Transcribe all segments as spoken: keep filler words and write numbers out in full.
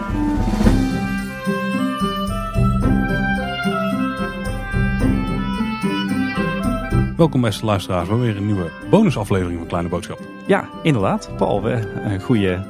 Welkom beste luisteraars, we hebben weer een nieuwe bonusaflevering van Kleine Boodschap. Ja, inderdaad. Paul, een goede...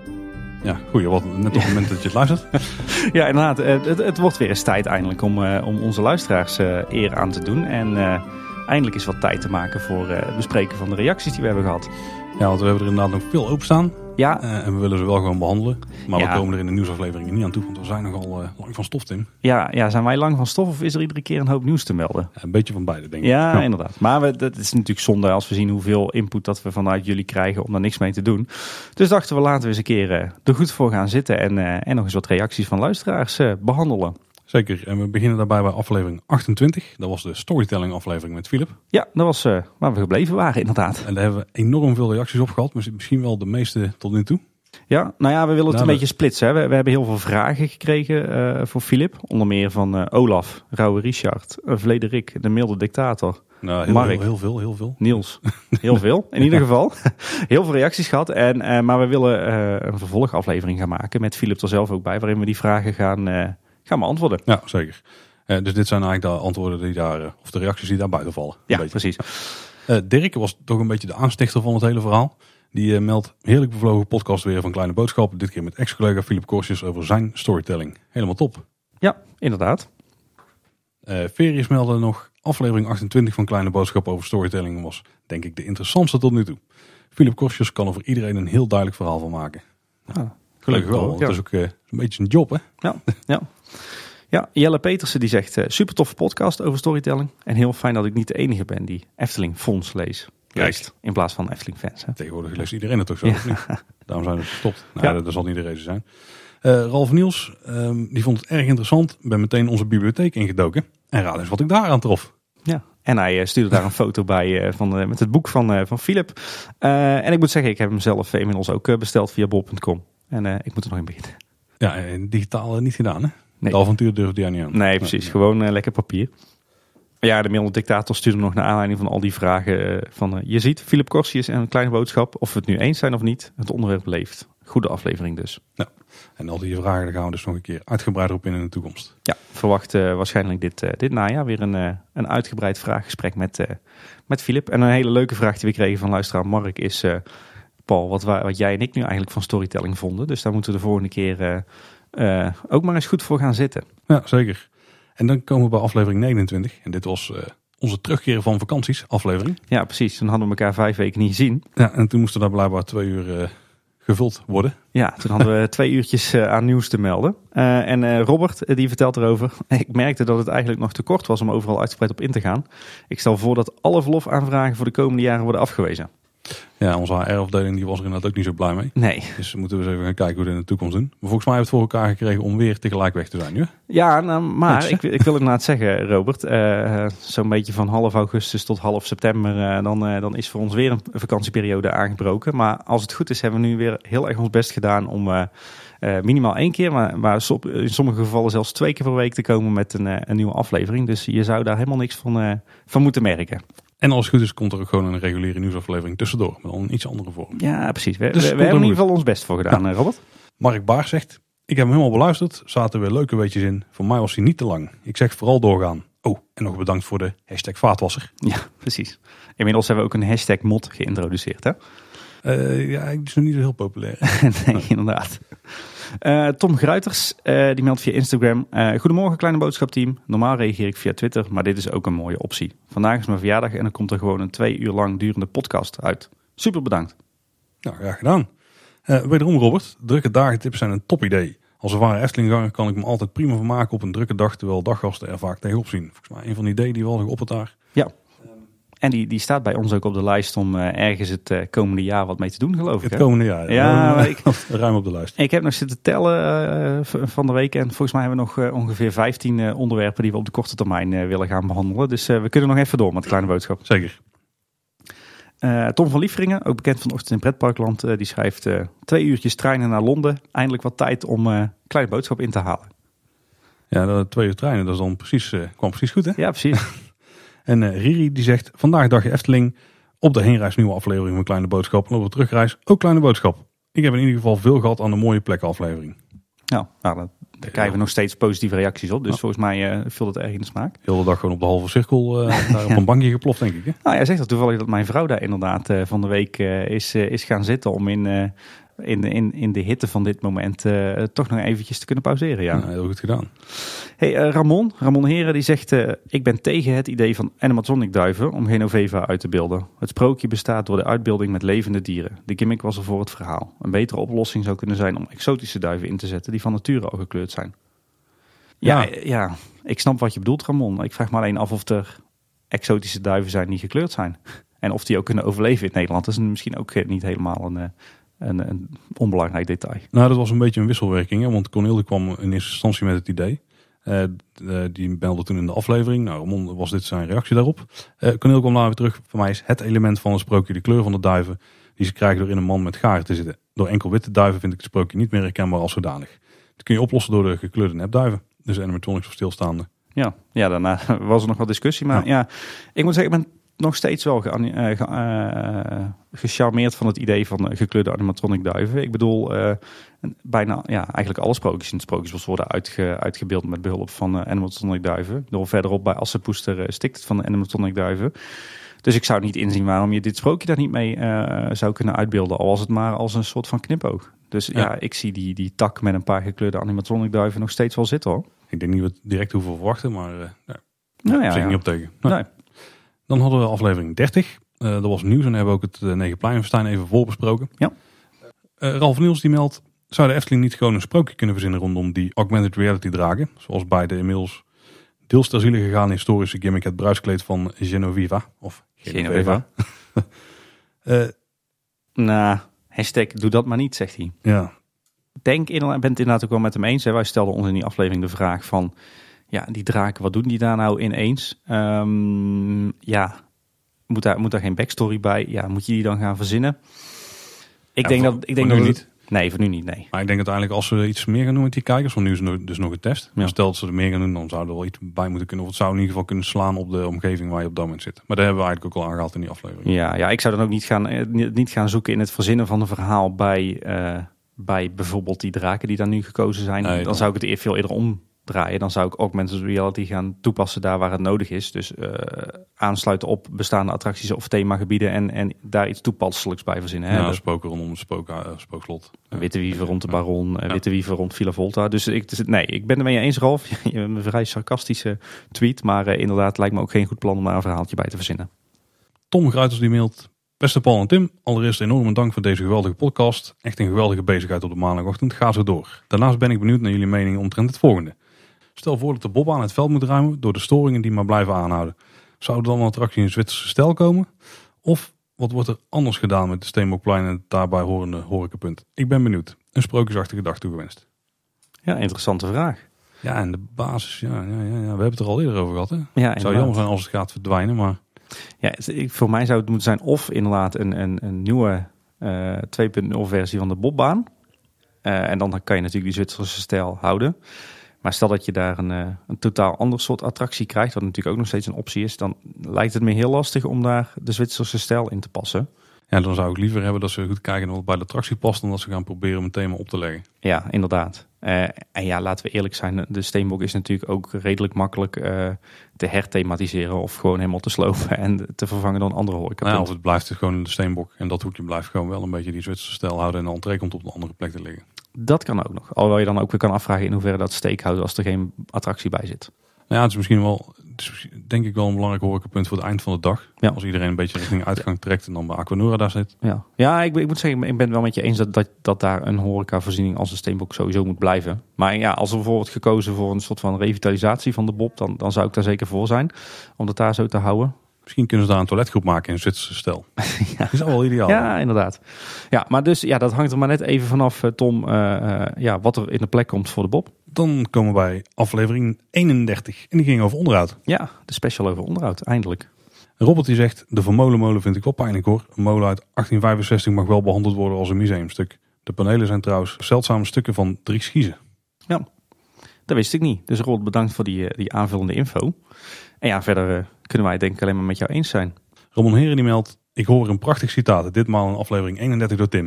Ja, goeie, wat net op het moment dat je het luistert. Ja, inderdaad. Het, het wordt weer eens tijd eindelijk om, uh, om onze luisteraars uh, eer aan te doen. En uh, eindelijk is wat tijd te maken voor uh, het bespreken van de reacties die we hebben gehad. Ja, want we hebben er inderdaad nog veel openstaan. Ja. Uh, en we willen ze wel gewoon behandelen. Maar ja. we komen er in de nieuwsafleveringen niet aan toe, want we zijn nogal uh, lang van stof, Tim. Ja, ja, zijn wij lang van stof of is er iedere keer een hoop nieuws te melden? Ja, een beetje van beide, denk ik. Ja, ja. inderdaad. Maar we, dat is natuurlijk zonde als we zien hoeveel input dat we vanuit jullie krijgen om daar niks mee te doen. Dus dachten we, laten we eens een keer uh, er goed voor gaan zitten en, uh, en nog eens wat reacties van luisteraars uh, behandelen. Zeker. En we beginnen daarbij bij aflevering achtentwintig. Dat was de storytelling aflevering met Philip. Ja, dat was uh, waar we gebleven waren, inderdaad. En daar hebben we enorm veel reacties op gehad. Misschien wel de meeste tot nu toe. Ja, nou ja, we willen het nou, een de... beetje splitsen. Hè. We, we hebben heel veel vragen gekregen uh, voor Philip. Onder meer van uh, Olaf, Rauwe Richard, uh, Vlederik, de milde dictator. Nou, heel, Mark, heel, heel veel, heel veel. Niels, heel veel. In ieder geval, heel veel reacties gehad. En, uh, maar we willen uh, een vervolgaflevering gaan maken met Philip er zelf ook bij. Waarin we die vragen gaan, uh, gaan beantwoorden. Ja, zeker. Uh, dus dit zijn eigenlijk de antwoorden die daar, uh, of de reacties die daar buiten vallen. Ja, precies. Uh, Dirk was toch een beetje de aanstichter van het hele verhaal. Die uh, meldt heerlijk bevlogen podcast weer van Kleine Boodschap. Dit keer met ex-collega Philip Korsjes over zijn storytelling. Helemaal top. Ja, inderdaad. Uh, Verius meldde nog aflevering achtentwintig van Kleine Boodschap over storytelling was denk ik de interessantste tot nu toe. Philip Korsjes kan er voor iedereen een heel duidelijk verhaal van maken. Nou, gelukkig wel, want ja. dat is ook uh, een beetje zijn job, hè? Ja, ja. Ja, Jelle Petersen die zegt uh, super toffe podcast over storytelling. En heel fijn dat ik niet de enige ben die Efteling Fonds lees. Juist, in plaats van Efteling fans. Hè? Tegenwoordig leest iedereen het toch zo, ja. of niet? Daarom zijn we gestopt. Nou, ja. dat, dat zal niet de reden zijn. Uh, Ralf Niels, um, die vond het erg interessant. Ben meteen onze bibliotheek ingedoken. En raad eens wat ik daar aan trof. Ja, en hij uh, stuurde daar een foto bij uh, van, uh, met het boek van, uh, van Philip. Uh, en ik moet zeggen, ik heb hem zelf uh, inmiddels ook uh, besteld via bol punt com. En uh, ik moet er nog in beginnen. Ja, en digitaal uh, niet gedaan, hè? Nee. Het avontuur durfde jij niet aan. Nee, precies. Nee. Gewoon uh, lekker papier. Ja, de milde dictator stuurde nog naar aanleiding van al die vragen uh, van... Uh, je ziet, Philip Korsjes en een kleine boodschap. Of we het nu eens zijn of niet, het onderwerp leeft. Goede aflevering dus. Ja, en al die vragen daar gaan we dus nog een keer uitgebreider op in in de toekomst. Ja, verwacht uh, waarschijnlijk dit, uh, dit najaar weer een, uh, een uitgebreid vraaggesprek met, uh, met Philip. En een hele leuke vraag die we kregen van luisteraar Mark is... Uh, Paul, wat, wat jij en ik nu eigenlijk van storytelling vonden. Dus daar moeten we de volgende keer uh, uh, ook maar eens goed voor gaan zitten. Ja, zeker. En dan komen we bij aflevering negenentwintig. En dit was uh, onze terugkeren van vakanties aflevering. Ja, precies. Toen hadden we elkaar vijf weken niet gezien. Ja, en toen moesten daar blijkbaar twee uur uh, gevuld worden. Ja, toen hadden we twee uurtjes uh, aan nieuws te melden. Uh, en uh, Robert, uh, die vertelt erover. Ik merkte dat het eigenlijk nog te kort was om overal uitgebreid op in te gaan. Ik stel voor dat alle verlofaanvragen voor de komende jaren worden afgewezen. Ja, onze H R-afdeling die was er inderdaad ook niet zo blij mee. Nee. Dus moeten we eens even gaan kijken hoe we het in de toekomst doen. Maar volgens mij hebben we het voor elkaar gekregen om weer tegelijk weg te zijn. Ja, ja nou, maar ik, ik wil inderdaad zeggen, Robert. Uh, Zo'n beetje van half augustus tot half september. Uh, dan, uh, dan is voor ons weer een vakantieperiode aangebroken. Maar als het goed is, hebben we nu weer heel erg ons best gedaan om... Uh, Uh, minimaal één keer, maar, maar in sommige gevallen zelfs twee keer per week te komen met een, uh, een nieuwe aflevering. Dus je zou daar helemaal niks van, uh, van moeten merken. En als het goed is, komt er ook gewoon een reguliere nieuwsaflevering tussendoor. Maar dan een iets andere vorm. Ja, precies. We, dus we, we hebben in ieder geval ons best voor gedaan, ja. Robert. Mark Baar zegt, ik heb hem helemaal beluisterd. Zaten weer leuke weetjes in. Voor mij was hij niet te lang. Ik zeg vooral doorgaan. Oh, en nog bedankt voor de hashtag vaatwasser. Ja, precies. Inmiddels hebben we ook een hashtag mod geïntroduceerd, hè? Uh, ja, die is nog niet zo heel populair. nee, nee, inderdaad. Uh, Tom Gruiters, uh, die meldt via Instagram. Uh, Goedemorgen, Kleine Boodschapteam. Normaal reageer ik via Twitter, maar dit is ook een mooie optie. Vandaag is mijn verjaardag en dan komt er gewoon een twee uur lang durende podcast uit. Super bedankt. Nou, graag gedaan. Uh, wederom Robert, drukke dagentips zijn een topidee. Als ervaren Eftelingganger kan ik me altijd prima vermaken op een drukke dag, terwijl daggasten er vaak tegenop zien. Volgens mij een van die ideeën die wel op het daar. Ja. En die, die staat bij ons ook op de lijst om uh, ergens het uh, komende jaar wat mee te doen, geloof ik. Het hè? komende jaar, ja. ja. Ik, ruim op de lijst. Ik heb nog zitten tellen uh, van de week. En volgens mij hebben we nog uh, ongeveer vijftien uh, onderwerpen die we op de korte termijn uh, willen gaan behandelen. Dus uh, we kunnen nog even door met de Kleine Boodschap. Zeker. Uh, Tom van Liefringen, ook bekend van Ochtend in Pretparkland, uh, die schrijft uh, twee uurtjes treinen naar Londen. Eindelijk wat tijd om uh, Kleine Boodschap in te halen. Ja, dat twee uur treinen, dat is dan precies, uh, kwam precies goed, hè? Ja, precies. En uh, Riri die zegt, vandaag dagje Efteling, op de heenreis nieuwe aflevering van Kleine Boodschap en op de terugreis ook Kleine Boodschap. Ik heb in ieder geval veel gehad aan de mooie plekken aflevering. Ja, nou, dat, daar krijgen we nog steeds positieve reacties op. Dus ja. volgens mij uh, viel het erg in de smaak. Heel de dag gewoon op de halve cirkel uh, daar op een bankje geploft, denk ik. Hè? Nou, jij zegt dat toevallig dat mijn vrouw daar inderdaad uh, van de week uh, is, uh, is gaan zitten om in, uh, in, in, in de hitte van dit moment uh, toch nog eventjes te kunnen pauzeren. Ja, ja heel goed gedaan. Hey, uh, Ramon, Ramon Heren die zegt, uh, ik ben tegen het idee van animatronic duiven om Genoveva uit te beelden. Het sprookje bestaat door de uitbeelding met levende dieren. De gimmick was er voor het verhaal. Een betere oplossing zou kunnen zijn om exotische duiven in te zetten die van nature al gekleurd zijn. Ja, ja, ja, ik snap wat je bedoelt, Ramon. Ik vraag me alleen af of er exotische duiven zijn die gekleurd zijn. En of die ook kunnen overleven in het Nederland. Dat is misschien ook niet helemaal een, een, een onbelangrijk detail. Nou, dat was een beetje een wisselwerking. Hè? Want Cornel kwam in eerste instantie met het idee. Uh, die meldde toen in de aflevering. Nou, Ramon was dit zijn reactie daarop. Uh, Cornel kwam later weer terug. Voor mij is het element van het sprookje de kleur van de duiven die ze krijgen door in een man met garen te zitten. Door enkel witte duiven vind ik het sprookje niet meer herkenbaar als zodanig. Dat kun je oplossen door de gekleurde nepduiven. Dus animatronics of stilstaande. Ja, ja, daarna was er nog wat discussie. Maar ja, ja ik moet zeggen, ik ben nog steeds wel ge, uh, ge, uh, gecharmeerd van het idee van uh, gekleurde animatronic duiven. Ik bedoel, uh, bijna ja, eigenlijk alle sprookjes in het Sprookjesbos worden uitge, uitgebeeld met behulp van uh, animatronic duiven. Door verderop bij Assepoester uh, stikt het van de animatronic duiven. Dus ik zou niet inzien waarom je dit sprookje daar niet mee uh, zou kunnen uitbeelden. Al was het maar als een soort van knipoog. Dus ja, ja ik zie die, die tak met een paar gekleurde animatronic duiven nog steeds wel zitten hoor. Ik denk niet dat we direct hoeven verwachten, maar uh, ja, nou ja, zeg ja. niet op tegen. Nou, nee. Dan hadden we aflevering dertig. Uh, dat was nieuws en hebben we ook het uh, Negenpleinenfestijn even voorbesproken. Ja. Uh, Ralf Niels die meldt, zou de Efteling niet gewoon een sprookje kunnen verzinnen rondom die augmented reality dragen? Zoals bij de inmiddels deels ter ziele gegaan historische gimmick het bruiskleed van Genoveva. Of Genoveva. uh, nou, hashtag doe dat maar niet, zegt hij. Ja. Denk inderdaad, ik ben het inderdaad ook wel met hem eens. Hè. Wij stelden ons in die aflevering de vraag van, ja, die draken, wat doen die daar nou ineens? Um, ja, moet daar, moet daar geen backstory bij? Ja, moet je die dan gaan verzinnen? Ik ja, denk voor, dat... Ik denk voor dat nu het, niet. Nee, voor nu niet, nee. Maar ik denk uiteindelijk als ze iets meer gaan doen met die kijkers, want nu is het dus nog een test. Ja. Stel dat ze er meer gaan doen, dan zou er wel iets bij moeten kunnen. Of het zou in ieder geval kunnen slaan op de omgeving waar je op dat moment zit. Maar daar hebben we eigenlijk ook al aangehaald in die aflevering. Ja, ja, ik zou dan ook niet gaan, niet gaan zoeken in het verzinnen van een verhaal bij, uh, bij bijvoorbeeld die draken die daar nu gekozen zijn. Nee, dan, dan zou ik het veel eerder omdraaien. Dan zou ik augmented reality gaan toepassen daar waar het nodig is. Dus uh, aansluiten op bestaande attracties of themagebieden en, en daar iets toepasselijks bij verzinnen. Hè? Ja, spoken rondom het spook, uh, spookslot. Witte wieven rond de Baron, ja. Witte wieven rond Villa Volta. Dus ik, dus, nee, ik ben het met je eens, Ralf. Je hebt een vrij sarcastische tweet, maar uh, inderdaad lijkt me ook geen goed plan om daar een verhaaltje bij te verzinnen. Tom Gruiters die mailt, beste Paul en Tim, allereerst enorm dank voor deze geweldige podcast. Echt een geweldige bezigheid op de maandagochtend. Ga zo door. Daarnaast ben ik benieuwd naar jullie mening omtrent het volgende. Stel voor dat de Bob aan het veld moet ruimen door de storingen die maar blijven aanhouden. Zou er dan een attractie in Zwitserse stijl komen? Of wat wordt er anders gedaan met de Steenbokplein en het daarbij horende horecapunt? Ik ben benieuwd. Een sprookjesachtige dag toegewenst. Ja, interessante vraag. Ja, en de basis, ja, ja, ja, ja. we hebben het er al eerder over gehad. Hè? Ja, het zou jammer zijn als het gaat verdwijnen, maar... Ja, voor mij zou het moeten zijn of inderdaad een, een, een nieuwe uh, twee punt nul versie van de Bobbaan. Uh, en dan kan je natuurlijk die Zwitserse stijl houden. Maar stel dat je daar een, uh, een totaal ander soort attractie krijgt, wat natuurlijk ook nog steeds een optie is, dan lijkt het me heel lastig om daar de Zwitserse stijl in te passen. Ja, dan zou ik liever hebben dat ze goed kijken wat bij de attractie past, dan dat ze gaan proberen om een thema op te leggen. Ja, inderdaad. Uh, en ja, laten we eerlijk zijn, de Steenbok is natuurlijk ook redelijk makkelijk uh, te herthematiseren of gewoon helemaal te slopen en te vervangen door een andere horeca. Ja, of het blijft dus gewoon in de Steenbok en dat hoekje blijft gewoon wel een beetje die Zwitserse stijl houden en de entree komt op een andere plek te liggen. Dat kan ook nog. Alhoewel je dan ook weer kan afvragen in hoeverre dat steek houdt als er geen attractie bij zit. Nou ja, het is misschien wel, het is denk ik wel een belangrijk horecapunt voor het eind van de dag. Ja. Als iedereen een beetje richting uitgang trekt en dan bij Aquanura daar zit. Ja, ja ik, ik moet zeggen, ik ben het wel met je eens dat, dat, dat daar een horecavoorziening als een Steenbok sowieso moet blijven. Maar ja, als er bijvoorbeeld gekozen voor een soort van revitalisatie van de Bob, dan, dan zou ik daar zeker voor zijn. Om dat daar zo te houden. Misschien kunnen ze daar een toiletgroep maken in Zwitserse stijl. Ja. Dat is al wel ideaal. Ja, inderdaad. Ja, maar dus ja, dat hangt er maar net even vanaf, Tom, uh, uh, ja, wat er in de plek komt voor de Bob. Dan komen we bij aflevering eenendertig. En die ging over onderhoud. Ja, de special over onderhoud, eindelijk. Robert die zegt, de Van Molenmolen vind ik wel pijnlijk hoor. Een molen uit achttien vijfenzestig mag wel behandeld worden als een museumstuk. De panelen zijn trouwens zeldzame stukken van Dries Schiezen. Ja, dat wist ik niet. Dus Robert, bedankt voor die, die aanvullende info. En ja, verder uh, kunnen wij denk ik alleen maar met jou eens zijn. Ramon Heren die meldt, ik hoor een prachtig citaat. Ditmaal in aflevering eenendertig door Tim.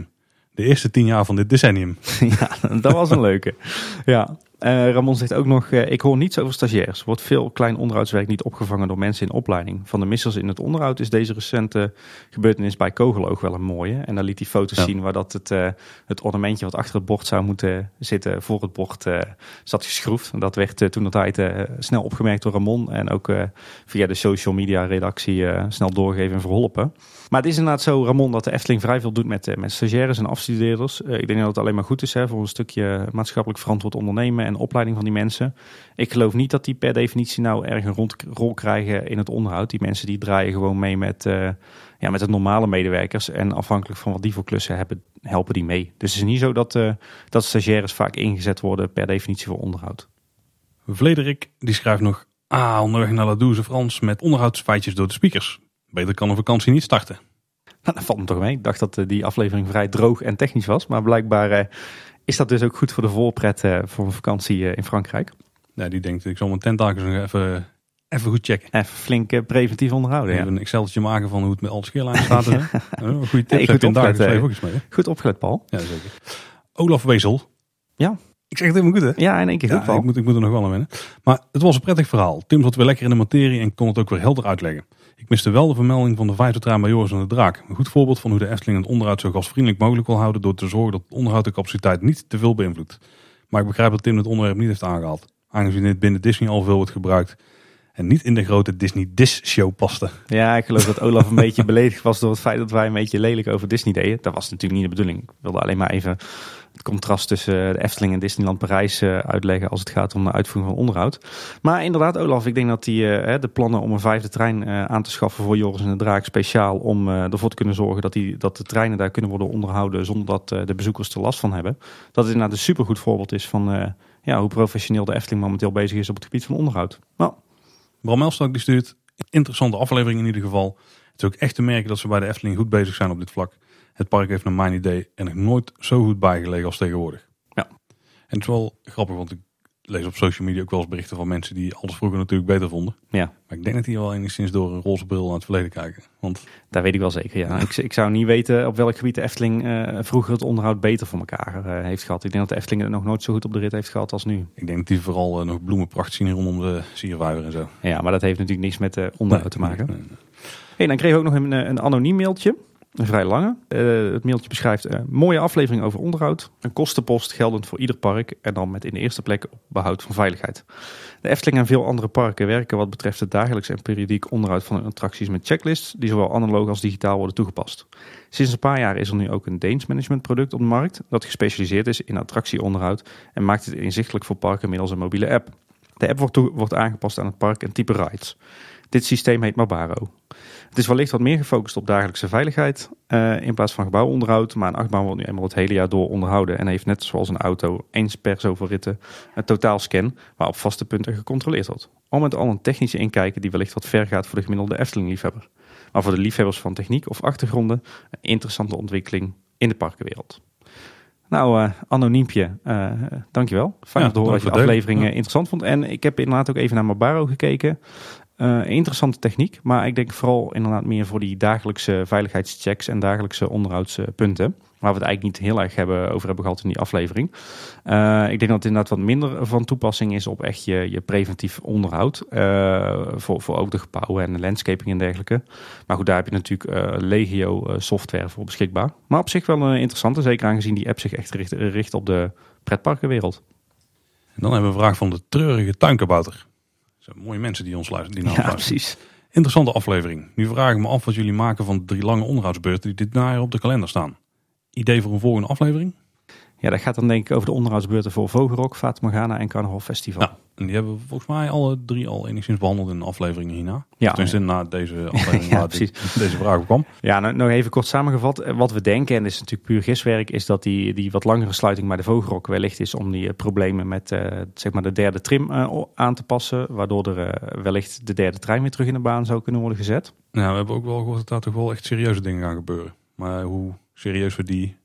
De eerste tien jaar van dit decennium. Ja, dat was een leuke. Ja. Uh, Ramon zegt ook nog, uh, ik hoor niets over stagiairs. Wordt veel klein onderhoudswerk niet opgevangen door mensen in opleiding. Van de missers in het onderhoud is deze recente gebeurtenis bij Kogeloog wel een mooie. En dan liet hij foto's ja. zien waar dat het, uh, het ornamentje wat achter het bord zou moeten zitten voor het bord uh, zat geschroefd. En dat werd uh, toen dat tijd uh, snel opgemerkt door Ramon. En ook uh, via de social media redactie uh, snel doorgegeven en verholpen. Maar het is inderdaad zo, Ramon, dat de Efteling vrij veel doet met, uh, met stagiaires en afstudeerders. Uh, ik denk dat het alleen maar goed is hè, voor een stukje maatschappelijk verantwoord ondernemen en opleiding van die mensen. Ik geloof niet dat die per definitie nou erg een rond, rol krijgen in het onderhoud. Die mensen die draaien gewoon mee met, uh, ja, met de normale medewerkers. En afhankelijk van wat die voor klussen hebben, helpen die mee. Dus het is niet zo dat, uh, dat stagiaires vaak ingezet worden per definitie voor onderhoud. Vlederik die schrijft nog, ah, onderweg naar La Douze Frans met onderhoudsfeitjes door de speakers. Beter kan een vakantie niet starten. Nou, dat valt me toch mee. Ik dacht dat uh, die aflevering vrij droog en technisch was. Maar blijkbaar uh, is dat dus ook goed voor de voorpret uh, voor een vakantie uh, in Frankrijk. Ja, die denkt, ik zal mijn tentakers nog even, even goed checken. Even flink uh, preventief onderhouden. Even ja. een Exceltje maken van hoe het met alle scheerlijnen staat. Een goede tip. Hey, goed opgelet, daar, ook iets mee, goed opgelet, Paul. Ja, zeker. Olaf Wezel. Ja. Ik zeg het helemaal goed, hè? Ja, in één keer goed, ja, Paul. Ik moet, ik moet er nog wel aan wennen. Maar het was een prettig verhaal. Tim zat weer lekker in de materie en kon het ook weer helder uitleggen. Ik miste wel de vermelding van de vijfde trein bij Joris en de Draak. Een goed voorbeeld van hoe de Efteling het onderhoud zo gastvriendelijk mogelijk wil houden door te zorgen dat het onderhoud de capaciteit niet te veel beïnvloedt. Maar ik begrijp dat Tim het onderwerp niet heeft aangehaald. Aangezien dit binnen Disney al veel wordt gebruikt en niet in de grote Disney Dish show paste. Ja, ik geloof dat Olaf een beetje beledigd was door het feit dat wij een beetje lelijk over Disney deden. Dat was natuurlijk niet de bedoeling. Ik wilde alleen maar even het contrast tussen de Efteling en Disneyland Parijs uitleggen als het gaat om de uitvoering van onderhoud. Maar inderdaad, Olaf, ik denk dat die, de plannen om een vijfde trein aan te schaffen voor Joris en de Draak speciaal om ervoor te kunnen zorgen dat, die, dat de treinen daar kunnen worden onderhouden zonder dat de bezoekers er last van hebben. Dat het inderdaad een supergoed voorbeeld is van ja, hoe professioneel de Efteling momenteel bezig is op het gebied van onderhoud. Nou. Bram Elstak die stuurt, interessante aflevering in ieder geval. Het is ook echt te merken dat ze bij de Efteling goed bezig zijn op dit vlak. Het park heeft naar mijn idee er nog nooit zo goed bijgelegen als tegenwoordig. Ja. En het is wel grappig, want ik lees op social media ook wel eens berichten van mensen die alles vroeger natuurlijk beter vonden. Ja. Maar ik denk dat die wel enigszins door een roze bril naar het verleden kijken. Want daar weet ik wel zeker, ja. ik, ik zou niet weten op welk gebied de Efteling uh, vroeger het onderhoud beter voor elkaar uh, heeft gehad. Ik denk dat de Efteling het nog nooit zo goed op de rit heeft gehad als nu. Ik denk dat die vooral uh, nog bloemenpracht zien rondom de Siervijver en zo. Ja, maar dat heeft natuurlijk niks met uh, onderhoud nee, te maken. Nee, nee, nee. Hey, dan kreeg ik ook nog een, een anoniem mailtje. Een vrij lange. Uh, het mailtje beschrijft een uh, mooie aflevering over onderhoud. Een kostenpost geldend voor ieder park. En dan met in de eerste plek op behoud van veiligheid. De Efteling en veel andere parken werken wat betreft het dagelijks en periodiek onderhoud van hun attracties met checklists. Die zowel analoog als digitaal worden toegepast. Sinds een paar jaar is er nu ook een Deens managementproduct op de markt. Dat gespecialiseerd is in attractieonderhoud. En maakt het inzichtelijk voor parken middels een mobiele app. De app wordt, toe, wordt aangepast aan het park en type rides. Dit systeem heet Mabaro. Het is wellicht wat meer gefocust op dagelijkse veiligheid uh, in plaats van gebouwonderhoud. Maar een achtbaan wordt nu eenmaal het hele jaar door onderhouden. En heeft net zoals een auto eens per zoveel ritten een totaalscan waar op vaste punten gecontroleerd wordt. Al met al een technische inkijken die wellicht wat ver gaat voor de gemiddelde Efteling-liefhebber. Maar voor de liefhebbers van techniek of achtergronden een interessante ontwikkeling in de parkenwereld. Nou, uh, anoniempje, uh, dankjewel. Fijn om ja, te horen dat je de aflevering ja. interessant vond. En ik heb inderdaad ook even naar Mabaro gekeken. Uh, interessante techniek, maar ik denk vooral inderdaad meer voor die dagelijkse veiligheidschecks en dagelijkse onderhoudspunten. Waar we het eigenlijk niet heel erg hebben, over hebben gehad in die aflevering. Uh, ik denk dat het inderdaad wat minder van toepassing is op echt je, je preventief onderhoud. Uh, voor, voor ook de gebouwen en de landscaping en dergelijke. Maar goed, daar heb je natuurlijk uh, legio uh, software voor beschikbaar. Maar op zich wel een interessante, zeker aangezien die app zich echt richt, richt op de pretparkenwereld. En dan hebben we een vraag van de treurige tuinkabouter. Dat zijn mooie mensen die ons luisteren. Die ja, luisteren. Precies. Interessante aflevering. Nu vraag ik me af wat jullie maken van de drie lange onderhoudsbeurten die dit najaar op de kalender staan. Idee voor een volgende aflevering? Ja, dat gaat dan denk ik over de onderhoudsbeurten voor Vogelrok, Fata Morgana en Carnaval Festival. Ja, en die hebben we volgens mij alle drie al enigszins behandeld in de afleveringen hierna. Ja. Tenminste, ja. na deze aflevering ja, waar dit, deze vraag kwam. Ja, nou, nog even kort samengevat. Wat we denken, en dat is natuurlijk puur giswerk, is dat die, die wat langere sluiting bij de Vogelrok wellicht is om die uh, problemen met uh, zeg maar de derde trim uh, aan te passen. Waardoor er uh, wellicht de derde trein weer terug in de baan zou kunnen worden gezet. Nou, we hebben ook wel gehoord dat daar toch wel echt serieuze dingen gaan gebeuren. Maar hoe serieus we die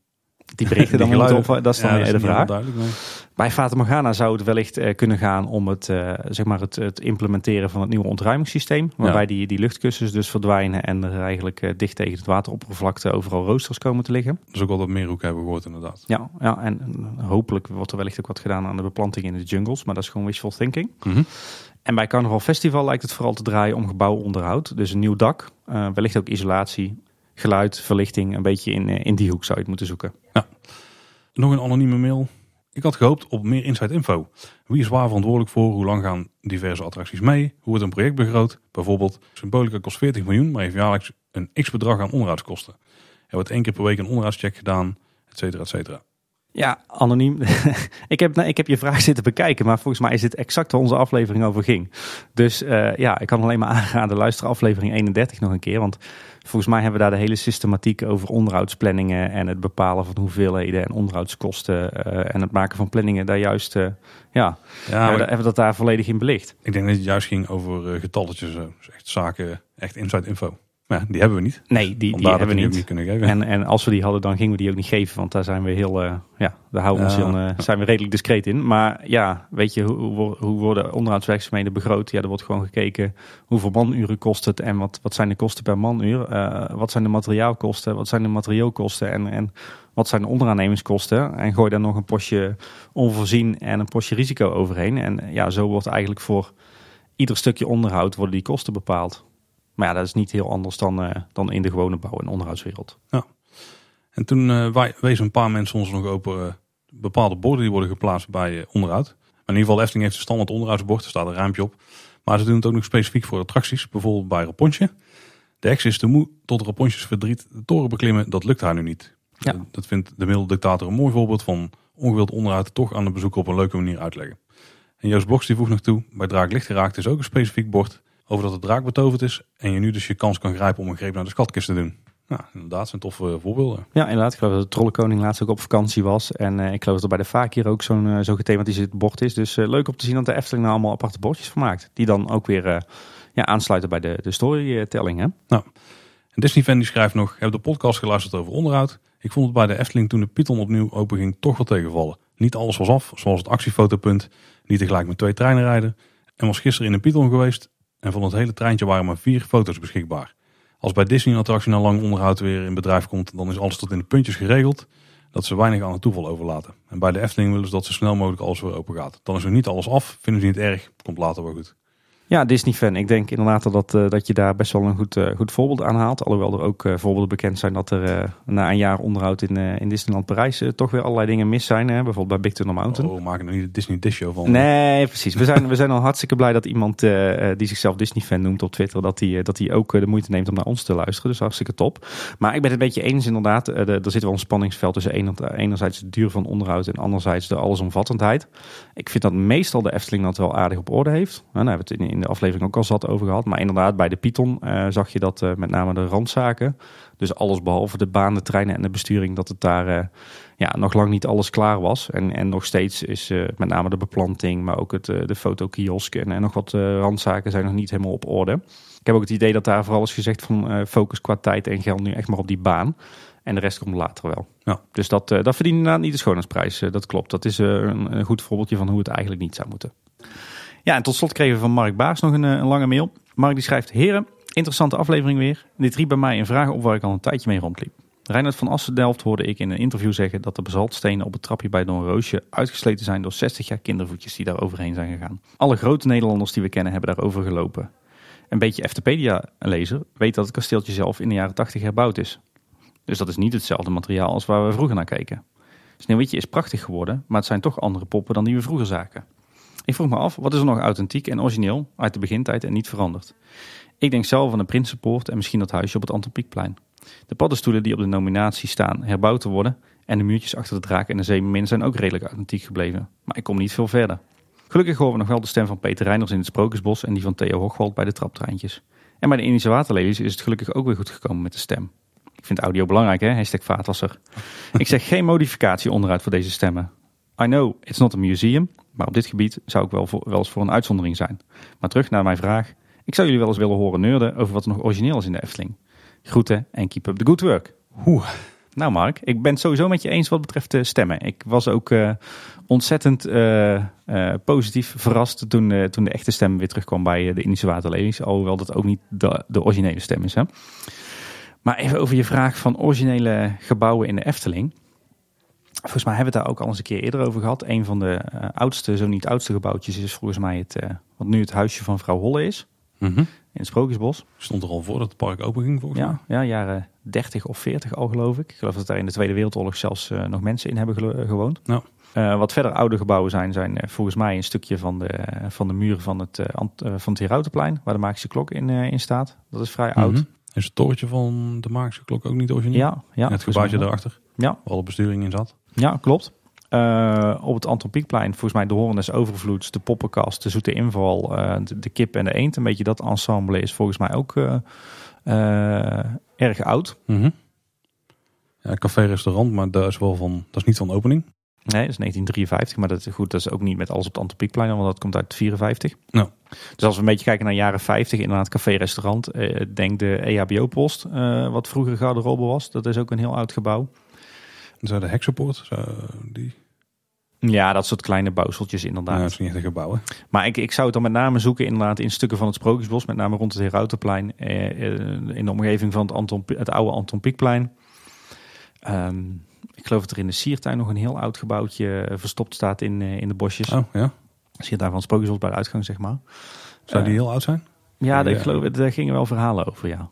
die berichten dan moeten op, dat is dan ja, weer de vraag. Nee. Bij Fata Morgana zou het wellicht uh, kunnen gaan om het, uh, zeg maar het, het implementeren van het nieuwe ontruimingssysteem. Waarbij ja. die, die luchtkussens dus verdwijnen en er eigenlijk uh, dicht tegen het wateroppervlakte overal roosters komen te liggen. Dat is ook wel wat meer hoeken hebben we gehoord inderdaad. Ja, ja, en hopelijk wordt er wellicht ook wat gedaan aan de beplanting in de jungles. Maar dat is gewoon wishful thinking. Mm-hmm. En bij Carnaval Festival lijkt het vooral te draaien om gebouwonderhoud. Dus een nieuw dak, uh, wellicht ook isolatie, geluid, verlichting. Een beetje in, uh, in die hoek zou je het moeten zoeken. Ja. Nog een anonieme mail. Ik had gehoopt op meer inside info. Wie is waar verantwoordelijk voor? Hoe lang gaan diverse attracties mee? Hoe wordt een project begroot? Bijvoorbeeld, Symbolica kost veertig miljoen, maar heeft jaarlijks een x-bedrag aan onderhoudskosten. Er wordt één keer per week een onderhoudscheck gedaan, et cetera, et cetera. Ja, anoniem. ik, heb, ik heb je vraag zitten bekijken, maar volgens mij is dit exact waar onze aflevering over ging. Dus uh, ja, ik kan alleen maar aanraden, luister aflevering eenendertig nog een keer. Want volgens mij hebben we daar de hele systematiek over onderhoudsplanningen en het bepalen van hoeveelheden en onderhoudskosten uh, en het maken van planningen daar juist, uh, ja, ja hebben, we, hebben we dat daar volledig in belicht. Ik denk dat het juist ging over uh, getalletjes, uh, dus echt zaken, echt inside info. Maar ja, die hebben we niet. Nee, die, die hebben we niet. niet kunnen geven. En, en als we die hadden, dan gingen we die ook niet geven. Want daar zijn we heel, uh, ja, daar houden we ja. ons in, uh, zijn we redelijk discreet in. Maar ja, weet je, hoe, hoe worden onderhoudswerkzaamheden begroot? Ja, er wordt gewoon gekeken hoeveel manuren kost het en wat, wat zijn de kosten per manuur? Uh, wat zijn de materiaalkosten? Wat zijn de materieelkosten? En, en wat zijn de onderaannemingskosten? En gooi daar nog een postje onvoorzien en een postje risico overheen. En ja, zo wordt eigenlijk voor ieder stukje onderhoud worden die kosten bepaald. Maar ja, dat is niet heel anders dan, uh, dan in de gewone bouw- en onderhoudswereld. Ja. En toen uh, wij, wezen een paar mensen ons nog open uh, bepaalde borden die worden geplaatst bij uh, onderhoud. Maar in ieder geval, de Efteling heeft een standaard onderhoudsbord, er staat een raampje op. Maar ze doen het ook nog specifiek voor attracties, bijvoorbeeld bij Rapontje. De ex is te moe tot Rapontjes verdriet de toren beklimmen, dat lukt haar nu niet. Ja. Uh, dat vindt de middeldictator een mooi voorbeeld van ongewild onderhoud toch aan de bezoeker op een leuke manier uitleggen. En Joost Boks die voegt nog toe, bij Draak Licht Geraakt is ook een specifiek bord over dat de draak betoverd is en je nu dus je kans kan grijpen om een greep naar de schatkist te doen. Nou, inderdaad, zijn toffe voorbeelden. Ja, inderdaad. Ik geloof dat de Trollenkoning laatst ook op vakantie was. En uh, ik geloof dat er bij de Vaak hier ook zo'n uh, zo gethematiseerd bord is. Dus uh, leuk om te zien dat de Efteling nou allemaal aparte bordjes van maakt. Die dan ook weer uh, ja, aansluiten bij de, de storytelling. Hè? Nou, en Disney-fan die schrijft nog, heb de podcast geluisterd over onderhoud. Ik vond het bij de Efteling toen de Python opnieuw open ging toch wel tegenvallen. Niet alles was af, zoals het actiefotopunt. Niet tegelijk met twee treinen rijden. En was gisteren in een Python geweest. En van het hele treintje waren maar vier foto's beschikbaar. Als bij Disney een attractie na lang onderhoud weer in bedrijf komt, dan is alles tot in de puntjes geregeld. Dat ze weinig aan het toeval overlaten. En bij de Efteling willen ze dat zo snel mogelijk alles weer open gaat. Dan is er niet alles af, vinden ze niet erg, komt later wel goed. Ja, Disney-fan. Ik denk inderdaad dat, uh, dat je daar best wel een goed, uh, goed voorbeeld aan haalt. Alhoewel er ook uh, voorbeelden bekend zijn dat er uh, na een jaar onderhoud in, uh, in Disneyland Parijs uh, toch weer allerlei dingen mis zijn. Hè? Bijvoorbeeld bij Big Thunder Mountain. Oh, we maken er niet de Disney Dish Show van. Nee, precies. We zijn, we zijn al hartstikke blij dat iemand uh, die zichzelf Disney-fan noemt op Twitter, dat hij uh, dat hij ook uh, de moeite neemt om naar ons te luisteren. Dus hartstikke top. Maar ik ben het een beetje eens inderdaad. Uh, de, er zit wel een spanningsveld tussen ener, enerzijds de duur van onderhoud en anderzijds de allesomvattendheid. Ik vind dat meestal de Efteling dat wel aardig op orde heeft. Nou, daar hebben we het in, in de aflevering ook al zat over gehad. Maar inderdaad, bij de Python uh, zag je dat uh, met name de randzaken, dus alles behalve de baan, de treinen en de besturing, dat het daar uh, ja, nog lang niet alles klaar was. En, en nog steeds is uh, met name de beplanting, maar ook het, uh, de fotokiosk en, en nog wat uh, randzaken zijn nog niet helemaal op orde. Ik heb ook het idee dat daar vooral is gezegd van uh, focus qua tijd en geld nu echt maar op die baan. En de rest komt later wel. Ja. Dus dat, uh, dat verdient inderdaad niet de schoonheidsprijs. Uh, dat klopt. Dat is uh, een, een goed voorbeeldje van hoe het eigenlijk niet zou moeten. Ja, en tot slot kregen we van Mark Baars nog een, een lange mail. Mark die schrijft, heren, interessante aflevering weer. Dit riep bij mij een vraag op waar ik al een tijdje mee rondliep. Reinhard van Assendelft hoorde ik in een interview zeggen dat de basaltstenen op het trapje bij Don Roosje uitgesleten zijn door zestig jaar kindervoetjes die daar overheen zijn gegaan. Alle grote Nederlanders die we kennen hebben daarover gelopen. Een beetje Eftepedia-lezer weet dat het kasteeltje zelf in de jaren tachtig herbouwd is. Dus dat is niet hetzelfde materiaal als waar we vroeger naar keken. Sneeuwwitje is prachtig geworden, maar het zijn toch andere poppen dan die we vroeger zagen. Ik vroeg me af, wat is er nog authentiek en origineel uit de begintijd en niet veranderd? Ik denk zelf aan de Prinsenpoort en misschien dat huisje op het Antropiekplein. De paddenstoelen die op de nominatie staan herbouwd te worden en de muurtjes achter de draak en de zeemermin zijn ook redelijk authentiek gebleven. Maar ik kom niet veel verder. Gelukkig horen we nog wel de stem van Peter Reiners in het Sprookjesbos en die van Theo Hochwald bij de traptreintjes. En bij de Indische waterlelies is het gelukkig ook weer goed gekomen met de stem. Ik vind audio belangrijk, hè? Hashtag vaatwasser. Ik zeg geen modificatie onderuit voor deze stemmen. I know, it's not a museum, maar op dit gebied zou ik wel, voor, wel eens voor een uitzondering zijn. Maar terug naar mijn vraag. Ik zou jullie wel eens willen horen neurden over wat er nog origineel is in de Efteling. Groeten en keep up the good work. Oeh, Nou Mark, ik ben het sowieso met je eens wat betreft de stemmen. Ik was ook uh, ontzettend uh, uh, positief verrast toen, uh, toen de echte stem weer terugkwam bij uh, de Indische Waterlelies. Alhoewel dat ook niet de, de originele stem is. Hè? Maar even over je vraag van originele gebouwen in de Efteling. Volgens mij hebben we het daar ook al eens een keer eerder over gehad. Een van de uh, oudste, zo niet oudste gebouwtjes is volgens mij het, uh, wat nu het huisje van vrouw Holle is. Mm-hmm. In het Sprookjesbos. Stond er al voor dat het park open ging volgens ja, mij? Ja, jaren dertig of veertig al geloof ik. Ik geloof dat daar in de Tweede Wereldoorlog zelfs uh, nog mensen in hebben gelo- gewoond. Nou. Uh, wat verder oude gebouwen zijn, zijn uh, volgens mij een stukje van de, uh, van de muren van het, uh, ant- uh, van het Herautenplein, waar de Magische Klok in, uh, in staat. Dat is vrij mm-hmm. oud. Is het torentje van de Magische Klok ook niet origineel? Ja. ja het gebouwtje daarachter, ja. waar alle besturing in zat? Ja, klopt. Uh, op het Anton Pieckplein, volgens mij de Hoorn des Overvloeds, de Poppenkast, de Zoete Inval, uh, de, de Kip en de Eend. Een beetje dat ensemble is volgens mij ook uh, uh, erg oud. Mm-hmm. Ja, café-restaurant, maar dat is wel van, dat is niet van opening. Nee, dat is negentien drieënvijftig, maar dat is goed. Dat is ook niet met alles op het Anton Pieckplein, want dat komt uit vierenvijftig. Nou. Dus als we een beetje kijken naar jaren vijftig, inderdaad café-restaurant, uh, denk de E H B O-post, uh, wat vroeger garderobe was. Dat is ook een heel oud gebouw. Zou de Heksenpoort, zou die... Ja, dat soort kleine bouwseltjes inderdaad. Ja, dat is niet echt een gebouw, hè? Maar ik, ik zou het dan met name zoeken inderdaad in stukken van het Sprookjesbos. Met name rond het Herautenplein. Eh, in de omgeving van het, Anton, het oude Anton Pieckplein. Um, ik geloof dat er in de Siertuin nog een heel oud gebouwtje verstopt staat in, in de bosjes. Oh, ja. Siertuin van het Sprookjesbos bij de uitgang, zeg maar. Zou die uh, heel oud zijn? Ja, ja, ik geloof, daar gingen wel verhalen over, ja.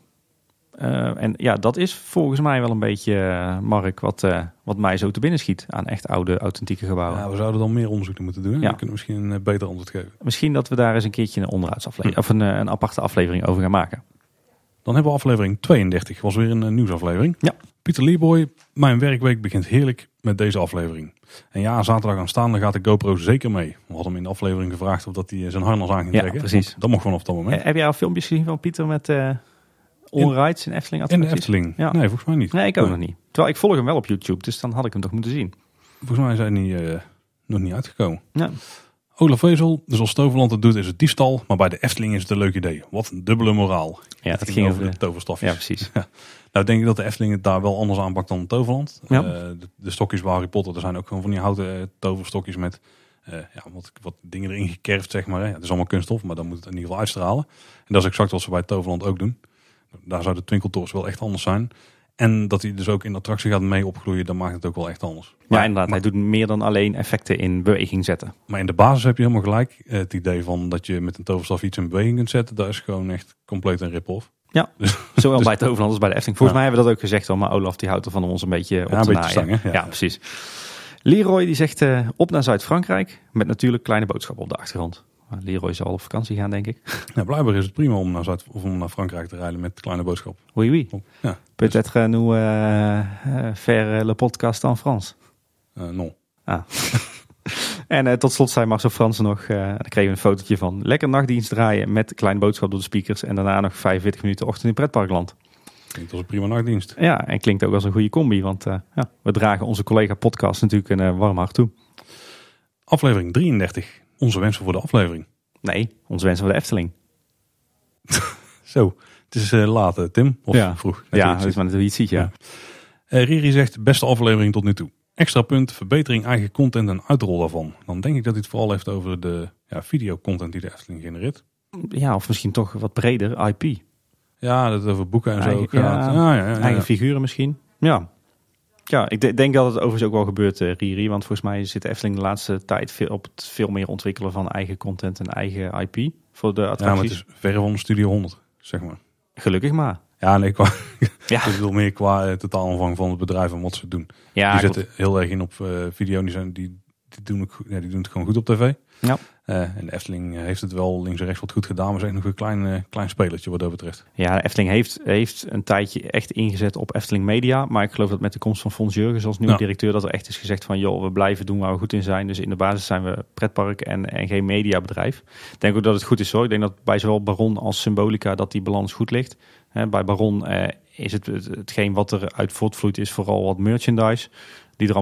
Uh, en ja, dat is volgens mij wel een beetje, uh, Mark, wat, uh, wat mij zo te binnen schiet aan echt oude, authentieke gebouwen. Ja, we zouden dan meer onderzoek moeten doen. Ja. We kunnen misschien een beter antwoord geven. Misschien dat we daar eens een keertje een onderhoudsaflevering, hm. of een, een aparte aflevering over gaan maken. Dan hebben we aflevering tweeëndertig. Was weer een uh, nieuwsaflevering. Ja. Pieter Leeboy, mijn werkweek begint heerlijk met deze aflevering. En ja, zaterdag aanstaande gaat de GoPro zeker mee. We hadden hem in de aflevering gevraagd of dat hij zijn harnas aan ging ja, trekken. Precies. Dat mocht vanaf dat moment. Heb jij al filmpjes gezien van Pieter met uh, onrides in, in Efteling attracties? In de Efteling? Ja. Nee, volgens mij niet. Nee, ik ook nee. nog niet. Terwijl ik volg hem wel op YouTube, dus dan had ik hem toch moeten zien. Volgens mij zijn die uh, nog niet uitgekomen. Ja. Olaf Vezel, dus als Toverland het doet is het diefstal, maar bij de Efteling is het een leuk idee. Wat een dubbele moraal. Ja, dat, dat ging over over de toverstofjes. Ja, precies. Nou denk ik dat de Efteling het daar wel anders aanpakt dan Toverland. Ja. Uh, de, de stokjes bij Harry Potter, er zijn ook gewoon van die houten uh, toverstokjes met uh, ja, wat, wat dingen erin gekerfd, zeg maar. Hè. Ja, het is allemaal kunststof, maar dan moet het in ieder geval uitstralen. En dat is exact wat ze bij Toverland ook doen. Daar zou de Twinkeltours wel echt anders zijn. En dat hij dus ook in de attractie gaat mee opgloeien, dan maakt het ook wel echt anders. Ja, maar, inderdaad. Maar, hij doet meer dan alleen effecten in beweging zetten. Maar in de basis heb je helemaal gelijk. Het idee van dat je met een toverstaf iets in beweging kunt zetten, dat is gewoon echt compleet een rip-off. Ja, dus, zowel dus, bij Toverland als bij de Efteling. Volgens ja. mij hebben we dat ook gezegd al, maar Olaf die houdt er van ons een beetje op ja, te een naaien. Beetje stang, ja. ja, precies. Leroy die zegt uh, op naar Zuid-Frankrijk met natuurlijk kleine boodschappen op de achtergrond. Leroy zal op vakantie gaan, denk ik. Ja, blijkbaar is het prima om naar, Zuid- of om naar Frankrijk te rijden met kleine boodschap. Oui, oui. Ja, Peut-être nous uh, uh, faire le podcast en France. Uh, non. Ah. En uh, tot slot zei Marcel Fransen nog, uh, daar kregen we een fotootje van. Lekker nachtdienst draaien met kleine boodschap door de speakers. En daarna nog vijfenveertig minuten ochtend in pretparkland. Klinkt als een prima nachtdienst. Ja, en klinkt ook als een goede combi. Want uh, ja, we dragen onze collega podcast natuurlijk een uh, warm hart toe. Aflevering drieëndertig. Onze wensen voor de aflevering. Nee, onze wensen voor de Efteling. Zo, het is uh, laat, uh, Tim. Of ja. vroeg. Ja, dat is maar net hoe je het ziet, ja. ja. Uh, Riri zegt, beste aflevering tot nu toe. Extra punt, verbetering eigen content en uitrol daarvan. Dan denk ik dat hij het vooral heeft over de ja, videocontent die de Efteling genereert. Ja, of misschien toch wat breder, I P. Ja, dat het over boeken en eigen, zo gaat. Ja, ja, ja, ja, eigen ja. figuren misschien. Ja. Ja, ik d- denk dat het overigens ook wel gebeurt, uh, Riri. Want volgens mij zit de Efteling de laatste tijd veel op het veel meer ontwikkelen van eigen content en eigen I P voor de attracties. Ja, maar het is verre van de Studio honderd, zeg maar. Gelukkig maar. Ja, nee, qua, ja. ik bedoel meer qua uh, totaalomvang van het bedrijf en wat ze doen. Ja, die klopt. zetten heel erg in op uh, video, die, zijn, die, die, doen het, ja, die doen het gewoon goed op tv. Ja. Uh, en de Efteling heeft het wel links en rechts wat goed gedaan, maar ze is nog een klein, uh, klein spelertje wat dat betreft. Ja, de Efteling heeft, heeft een tijdje echt ingezet op Efteling Media, maar ik geloof dat met de komst van Fons Jurgens als nieuwe ja. directeur dat er echt is gezegd van joh, we blijven doen waar we goed in zijn. Dus in de basis zijn we pretpark en, en geen mediabedrijf. Ik denk ook dat het goed is hoor. Ik denk dat bij zowel Baron als Symbolica dat die balans goed ligt. He, bij Baron uh, is het, het hetgeen wat er uit voortvloeit is vooral wat merchandise. Die er allemaal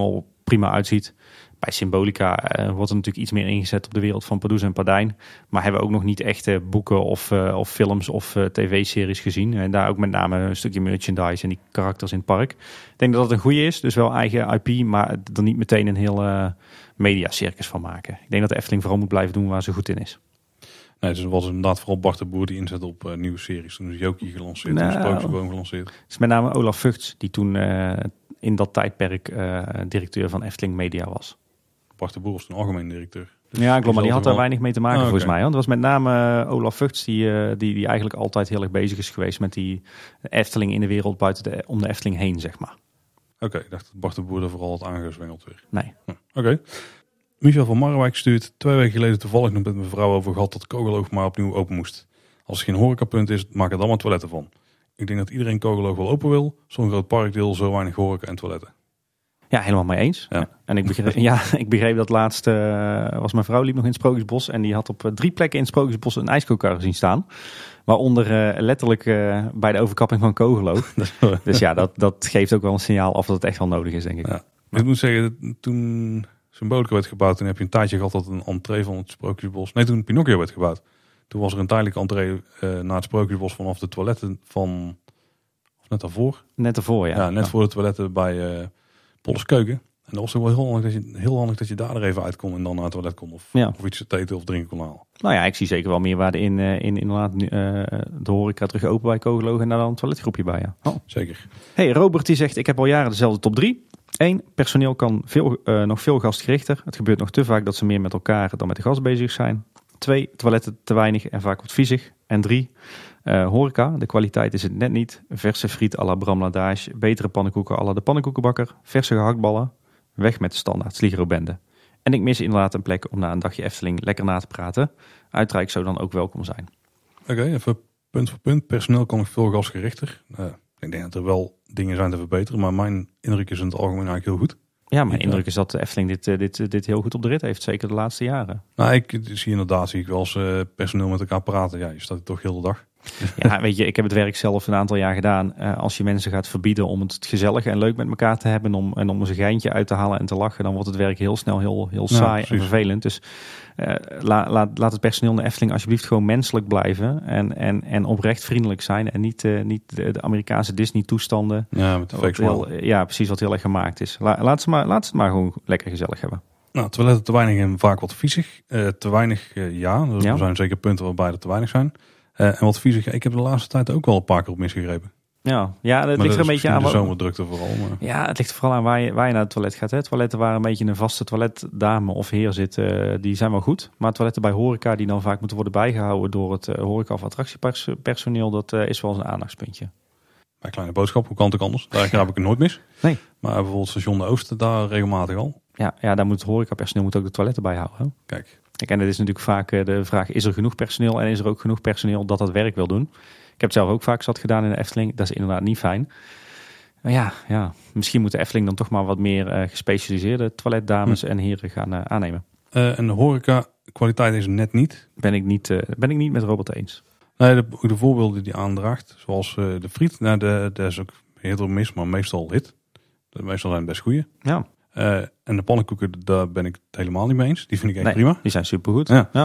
prima uitziet. Bij Symbolica uh, wordt er natuurlijk iets meer ingezet op de wereld van Pardoes en Pardijn. Maar hebben we ook nog niet echte boeken of, uh, of films of uh, tv-series gezien. En daar ook met name een stukje merchandise en die karakters in het park. Ik denk dat dat een goede is. Dus wel eigen I P, maar er niet meteen een heel uh, mediacircus van maken. Ik denk dat de Efteling vooral moet blijven doen waar ze goed in is. Nee, dus het was inderdaad vooral Bart de Boer die inzet op uh, nieuwe series. Toen is Jokie gelanceerd, nou, toen is Sprookjesboom gelanceerd. Het is met name Olaf Vugts die toen uh, in dat tijdperk uh, directeur van Efteling Media was. Bart de Boer was toen algemeen directeur. Dus ja, klopt, maar die had wel... daar weinig mee te maken oh, volgens okay. mij. Want het was met name uh, Olaf Vugts die, uh, die, die eigenlijk altijd heel erg bezig is geweest met die Efteling in de wereld buiten de, om de Efteling heen, zeg maar. Oké, okay, ik dacht dat Bart de Boer er vooral had aangezwengeld weer. Nee. Hm, Oké. Okay. Michel van Marwijk stuurt twee weken geleden toevallig nog met mijn vrouw over gehad dat Kogeloog maar opnieuw open moest. Als er geen horecapunt is, maak er dan maar toiletten van. Ik denk dat iedereen Kogeloog wel open wil. Zo'n groot parkdeel, zo weinig horeca en toiletten. Ja, helemaal mee eens. Ja. En ik begreep, ja, ik begreep dat laatst uh, was mijn vrouw liep nog in het Sprookjesbos en die had op drie plekken in het Sprookjesbos een ijskookkar zien staan. Waaronder uh, letterlijk uh, bij de overkapping van Kogeloog. Dus ja, dat, dat geeft ook wel een signaal af dat het echt wel nodig is, denk ik. Ja. Ik moet zeggen, toen Symbolica werd gebouwd, toen heb je een tijdje gehad dat een entree van het Sprookjesbos... Nee, toen Pinocchio werd gebouwd. Toen was er een tijdelijke entree uh, naar het Sprookjesbos vanaf de toiletten van... Of net daarvoor? Net daarvoor, ja. Ja, net ja. voor de toiletten bij uh, Polles Keuken. En dat was ook wel heel handig, dat je, heel handig dat je daar er even uit kon en dan naar het toilet kon. Of, ja. of iets te eten of drinken kon halen. Nou ja, ik zie zeker wel meerwaarde in, uh, in inderdaad uh, de horeca terug open bij Kogeloog en daar dan een toiletgroepje bij. Ja. Oh. Zeker. Hey, Robert die zegt, ik heb al jaren dezelfde top drie. Eén, personeel kan veel, uh, nog veel gastgerichter. Het gebeurt nog te vaak dat ze meer met elkaar dan met de gast bezig zijn. Twee, toiletten te weinig en vaak wat viezig. En drie, uh, horeca. De kwaliteit is het net niet. Verse friet à la Bram Ladage. Betere pannenkoeken à la de pannenkoekenbakker. Verse gehaktballen. Weg met de standaard Sligero-bende. En ik mis inderdaad een plek om na een dagje Efteling lekker na te praten. Uiteraard zou dan ook welkom zijn. Oké, okay, even punt voor punt. Personeel kan nog veel gastgerichter. Uh, ik denk dat er wel dingen zijn te verbeteren. Maar mijn indruk is in het algemeen eigenlijk heel goed. Ja, mijn indruk is dat de Efteling dit, dit, dit heel goed op de rit heeft. Zeker de laatste jaren. Nou, ik zie inderdaad zie ik wel eens uh, personeel met elkaar praten. Ja, je staat er toch heel de dag. Ja, weet je, ik heb het werk zelf een aantal jaar gedaan. Uh, als je mensen gaat verbieden om het gezellig en leuk met elkaar te hebben om, en om een geintje uit te halen en te lachen, dan wordt het werk heel snel heel, heel saai ja, en vervelend. Dus uh, la, laat, laat het personeel in de Efteling alsjeblieft gewoon menselijk blijven en, en, en oprecht vriendelijk zijn en niet, uh, niet de, de Amerikaanse Disney toestanden. Ja, met de fake heel, ja, precies wat heel erg gemaakt is. La, laat, ze maar, laat ze het maar gewoon lekker gezellig hebben. Nou, toiletten te weinig en vaak wat viezig. Uh, te weinig, uh, ja. Er ja. zijn zeker punten waarbij er te weinig zijn. Uh, en wat viezig, ik heb de laatste tijd ook wel een paar keer op misgegrepen. Ja, ja het ligt er een beetje aan. De zomerdrukte vooral. Maar... Ja, het ligt vooral aan waar je, waar je naar het toilet gaat. Hè. Toiletten waar een beetje een vaste toiletdame of heer zit, uh, die zijn wel goed. Maar toiletten bij horeca die dan vaak moeten worden bijgehouden door het uh, horeca- of attractiepersoneel, dat uh, is wel eens een aandachtspuntje. Bij Kleine Boodschap, hoe kan het ook anders? Daar heb ik het nooit mis. Nee. Maar bijvoorbeeld Station de Oosten, daar regelmatig al. Ja, ja, daar moet het horecapersoneel moet ook de toiletten bijhouden. Hè. Kijk. Kijk, en het is natuurlijk vaak de vraag, is er genoeg personeel en is er ook genoeg personeel dat dat werk wil doen? Ik heb het zelf ook vaak zat gedaan in de Efteling. Dat is inderdaad niet fijn. Maar ja, ja misschien moet de Efteling dan toch maar wat meer uh, gespecialiseerde toiletdames hm. en heren gaan uh, aannemen. Uh, en de horeca kwaliteit is net niet. Ben ik niet, uh, ben ik niet met Robert eens. Nee, de, de voorbeelden die hij aandraagt, zoals uh, de friet, nou, de, de is ook heel mis, maar meestal hit. De meestal zijn best goeie. Ja. Uh, en de pannenkoeken, daar ben ik het helemaal niet mee eens. Die vind ik echt nee, prima. Die zijn supergoed. Ja. ja.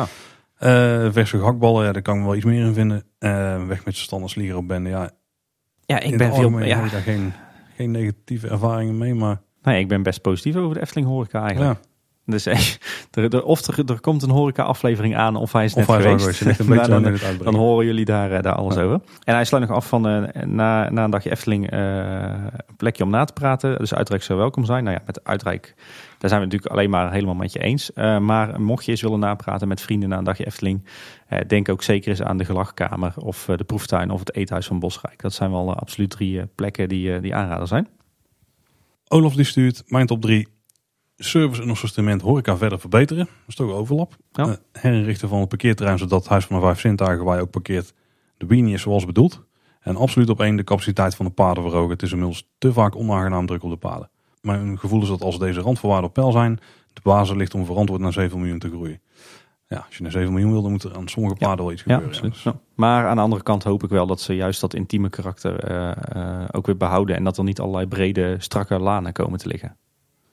Uh, verse gehaktballen, ja, daar kan ik me wel iets meer in vinden. Uh, weg met z'n standaard Sligero-bende, ja. Ja, ik ben veel... Ja. Heb je daar geen, geen negatieve ervaringen mee, maar... Nee, ik ben best positief over de Efteling horeca eigenlijk. Ja. Dus er, er, of er, er komt een horeca-aflevering aan, of hij is net of hij geweest. Is een beetje dan, dan, dan horen jullie daar, daar alles ja. over. En hij sluit nog af van uh, na, na een dagje Efteling uh, een plekje om na te praten. Dus Uitrijk zou welkom zijn. Nou ja, met Uitrijk, daar zijn we natuurlijk alleen maar helemaal met je eens. Uh, maar mocht je eens willen napraten met vrienden na een dagje Efteling, uh, denk ook zeker eens aan de gelachkamer of uh, de proeftuin of het eethuis van Bosrijk. Dat zijn wel uh, absoluut drie uh, plekken die, uh, die aanrader zijn. Olaf die stuurt mijn top drie. Service en assortiment horeca verder verbeteren. Dat is toch een overlap. Ja. Uh, herinrichten van het parkeerterrein zodat het Huis van de Vijf Zintuigen waar je ook parkeert de weenie is zoals bedoeld. En absoluut op één de capaciteit van de paden verhogen. Het is inmiddels te vaak onaangenaam druk op de paden. Mijn gevoel is dat als deze randvoorwaarden op peil zijn, de basis ligt om verantwoord naar zeven miljoen te groeien. Ja, als je naar zeven miljoen wil, dan moet er aan sommige paden ja. wel iets gebeuren. Ja, dus. ja. Maar aan de andere kant hoop ik wel dat ze juist dat intieme karakter uh, uh, ook weer behouden. En dat er niet allerlei brede, strakke lanen komen te liggen.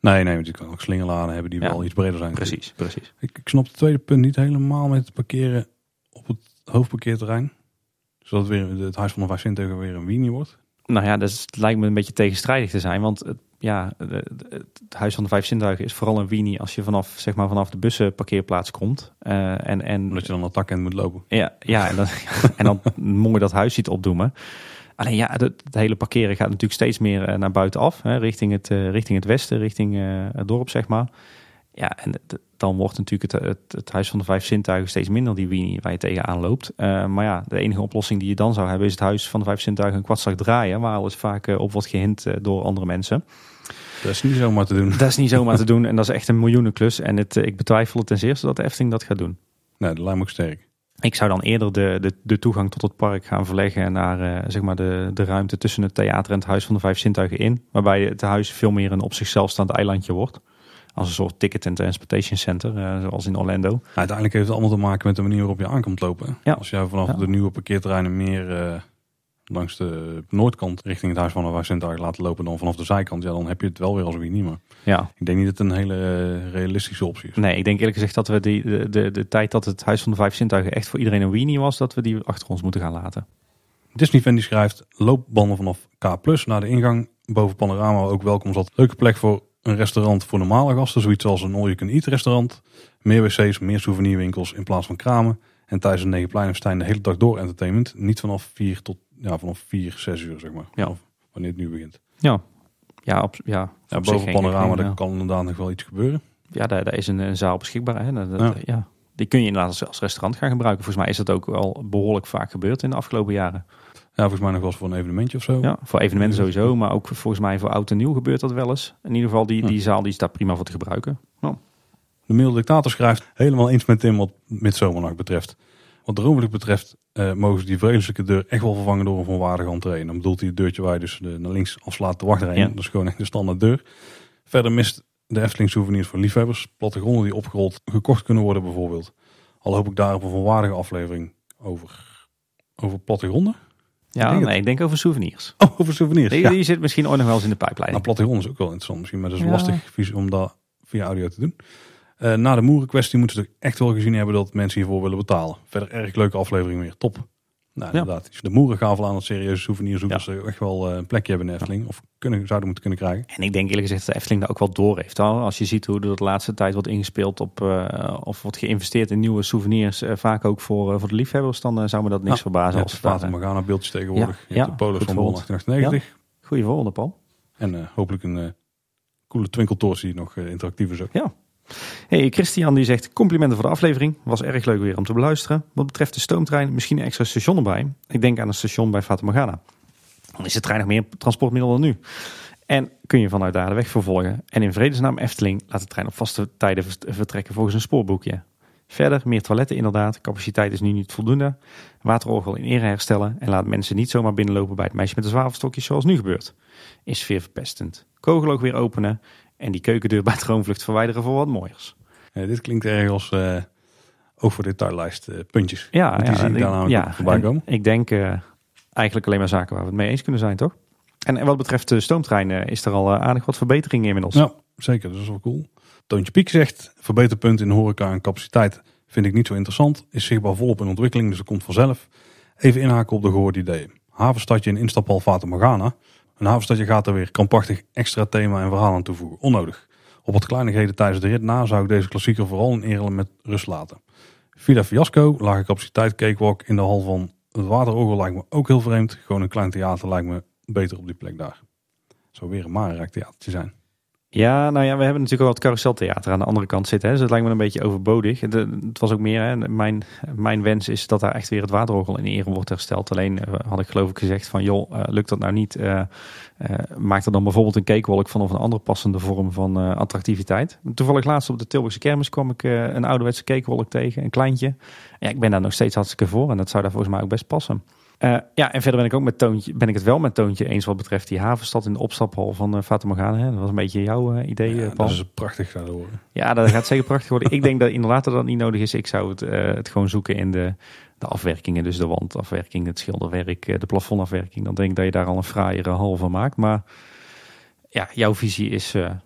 Nee, nee, want je kan ook slingerladen hebben die ja. wel iets breder zijn. Precies, precies. Ik, ik snap het tweede punt niet helemaal met het parkeren op het hoofdparkeerterrein. Zodat weer het Huis van de Vijf Zintuigen weer een weenie wordt. Nou ja, dat is, het lijkt me een beetje tegenstrijdig te zijn. Want het, ja, het, het Huis van de Vijf Zintuigen is vooral een weenie als je vanaf, zeg maar, vanaf de bussenparkeerplaats komt. Uh, en, en, Omdat je dan naar het takkend moet lopen. Ja, ja en dan, en dan mooi dat huis ziet opdoemen. Alleen ja, het, het hele parkeren gaat natuurlijk steeds meer uh, naar buiten af. Hè, richting, het, uh, richting het westen, richting uh, het dorp, zeg maar. Ja, en het, dan wordt natuurlijk het, het, het Huis van de Vijf Zintuigen steeds minder die weenie waar je tegenaan loopt. Uh, maar ja, de enige oplossing die je dan zou hebben is het Huis van de Vijf Zintuigen een kwartslag draaien. Waar alles vaak uh, op wordt gehint uh, door andere mensen. Dat is niet zomaar te doen. Dat is niet zomaar te doen en dat is echt een miljoenenklus. En het, uh, ik betwijfel het ten zeerste dat de Efteling dat gaat doen. Nee, dat lijkt me ook sterk. Ik zou dan eerder de, de, de toegang tot het park gaan verleggen naar uh, zeg maar de, de ruimte tussen het theater en het Huis van de Vijf Zintuigen in. Waarbij het huis veel meer een op zichzelf staand eilandje wordt. Als een soort ticket and transportation center, uh, zoals in Orlando. Nou, uiteindelijk heeft het allemaal te maken met de manier waarop je aankomt lopen. Ja. Als jij vanaf ja. de nieuwe parkeerterreinen meer uh, langs de noordkant richting het Huis van de Vijf Zintuigen laat lopen dan vanaf de zijkant, ja, dan heb je het wel weer als weenie. Maar ja. ik denk niet dat het een hele uh, realistische optie is. Nee, ik denk eerlijk gezegd dat we die, de, de, de tijd dat het Huis van de Vijf Zintuigen echt voor iedereen een weenie was, dat we die achter ons moeten gaan laten. Disney Fan die schrijft loopbanden vanaf K plus naar de ingang. Boven Panorama ook welkom zat. Leuke plek voor een restaurant voor normale gasten, zoiets als een all-you-can-eat restaurant. Meer wc's, meer souvenirwinkels in plaats van kramen. En tijdens een Negenpleinenfestijn de hele dag door entertainment. Niet vanaf vier tot ja, vanaf vier, zes uur zeg maar. Ja. Of wanneer het nu begint. Ja, ja, op, ja, ja op boven Panorama geen, daar ja. kan inderdaad nog wel iets gebeuren. Ja, daar, daar is een, een zaal beschikbaar. Hè? Dat, dat, ja. Ja. Die kun je inderdaad als, als restaurant gaan gebruiken. Volgens mij is dat ook al behoorlijk vaak gebeurd in de afgelopen jaren. Ja, volgens mij nog wel eens voor een evenementje of zo. Ja, voor evenementen sowieso, maar ook volgens mij voor oud en nieuw gebeurt dat wel eens. In ieder geval, die, die zaal die is daar prima voor te gebruiken. Nou. De Milde Dictator schrijft helemaal eens met Tim wat Midzomernacht betreft. Wat Droomvlucht betreft uh, mogen ze die vreselijke deur echt wel vervangen door een volwaardige entree. En dan bedoelt hij het deurtje waar je dus de, naar links afslaat de wachtrij. Ja. Dat is gewoon echt de standaard deur. Verder mist de Efteling souvenirs voor liefhebbers. Plattegronden die opgerold gekocht kunnen worden bijvoorbeeld. Al hoop ik daar op een volwaardige aflevering over, over plattegronden. Ja, ik nee, het. ik denk over souvenirs. Oh, over souvenirs. Die, ja. die zit misschien ooit nog wel eens in de pijplijn. Nou, plattegrond is ook wel interessant misschien, maar dat is ja. lastig om dat via audio te doen. Uh, na de moerenkwestie moeten ze echt wel gezien hebben dat mensen hiervoor willen betalen. Verder erg leuke aflevering weer. Top. Nou, ja. inderdaad. De moeren gaven aan dat serieuze souvenirzoekers ja. echt wel een plekje hebben in de Efteling. Of kunnen, zouden moeten kunnen krijgen. En ik denk eerlijk gezegd dat de Efteling daar ook wel door heeft. Als je ziet hoe er de laatste tijd wordt ingespeeld op uh, of wordt geïnvesteerd in nieuwe souvenirs. Uh, vaak ook voor, uh, voor de liefhebbers. Dan uh, zou me dat niks ja. verbazen. Ja, als Fata Morgana beeldjes tegenwoordig. Ja. Ja. De Polos van achttien achtennegentig. Ja. Goeie volgende, Paul. En uh, hopelijk een uh, coole twinkeltoors die nog uh, interactief is ook. Ja. Hey, Christian die zegt complimenten voor de aflevering. Was erg leuk weer om te beluisteren. Wat betreft de stoomtrein, misschien een extra station erbij. Ik denk aan een station bij Fata Morgana. Dan is de trein nog meer transportmiddel dan nu. En kun je vanuit daar de weg vervolgen. En in vredesnaam Efteling laat de trein op vaste tijden vertrekken volgens een spoorboekje. Verder meer toiletten inderdaad. Capaciteit is nu niet voldoende. Waterorgel in ere herstellen. En laat mensen niet zomaar binnenlopen bij het meisje met de zwavelstokjes zoals nu gebeurt. Is sfeerverpestend. Kogeloog weer openen. En die keukendeur bij Droomvlucht verwijderen voor wat mooiers. Ja, dit klinkt erg als uh, ook voor detaillijst uh, puntjes. Ja, die ja, zie ik daar namelijk ja, voorbij komen. Ik denk uh, eigenlijk alleen maar zaken waar we het mee eens kunnen zijn, toch? En, en wat betreft de stoomtreinen is er al uh, aardig wat verbeteringen inmiddels. Ja, zeker. Dat is wel cool. Toontje Piek zegt, verbeterpunt in horeca en capaciteit vind ik niet zo interessant. Is zichtbaar volop in ontwikkeling, dus dat komt vanzelf. Even inhaken op de gehoorde ideeën. Havenstadje in instaphal Fata Morgana. Een havenstadje gaat er weer krampachtig extra thema en verhaal aan toevoegen. Onnodig. Op wat kleinigheden tijdens de rit na zou ik deze klassieker vooral in Erelen met rust laten. Villa Fiasco, lage capaciteit, cakewalk in de hal van het Waterorgel lijkt me ook heel vreemd. Gewoon een klein theater lijkt me beter op die plek daar. Zou weer een Marenrijk theatertje zijn. Ja, nou ja, we hebben natuurlijk al het carouseltheater aan de andere kant zitten. Hè, dus dat lijkt me een beetje overbodig. De, het was ook meer, hè, mijn, mijn wens is dat daar echt weer het Waterorgel in ere wordt hersteld. Alleen uh, had ik geloof ik gezegd van, joh, uh, lukt dat nou niet? Uh, uh, maak er dan bijvoorbeeld een cakewalk van of een andere passende vorm van uh, attractiviteit. Toevallig laatst op de Tilburgse kermis kwam ik uh, een ouderwetse cakewalk tegen, een kleintje. Ja, ik ben daar nog steeds hartstikke voor en dat zou daar volgens mij ook best passen. Uh, ja, en verder ben ik ook met Toontje, ben ik het wel met Toontje eens wat betreft die havenstad in de opstaphal van uh, Fata Morgana. Hè. Dat was een beetje jouw uh, idee, ja, Paul. Dat is prachtig gaan horen. Ja, dat gaat zeker prachtig worden. Ik denk dat inderdaad dat dat niet nodig is. Ik zou het, uh, het gewoon zoeken in de, de afwerkingen. Dus de wandafwerking, het schilderwerk, de plafondafwerking. Dan denk ik dat je daar al een fraaiere hal van maakt. Maar ja, jouw visie is... Uh,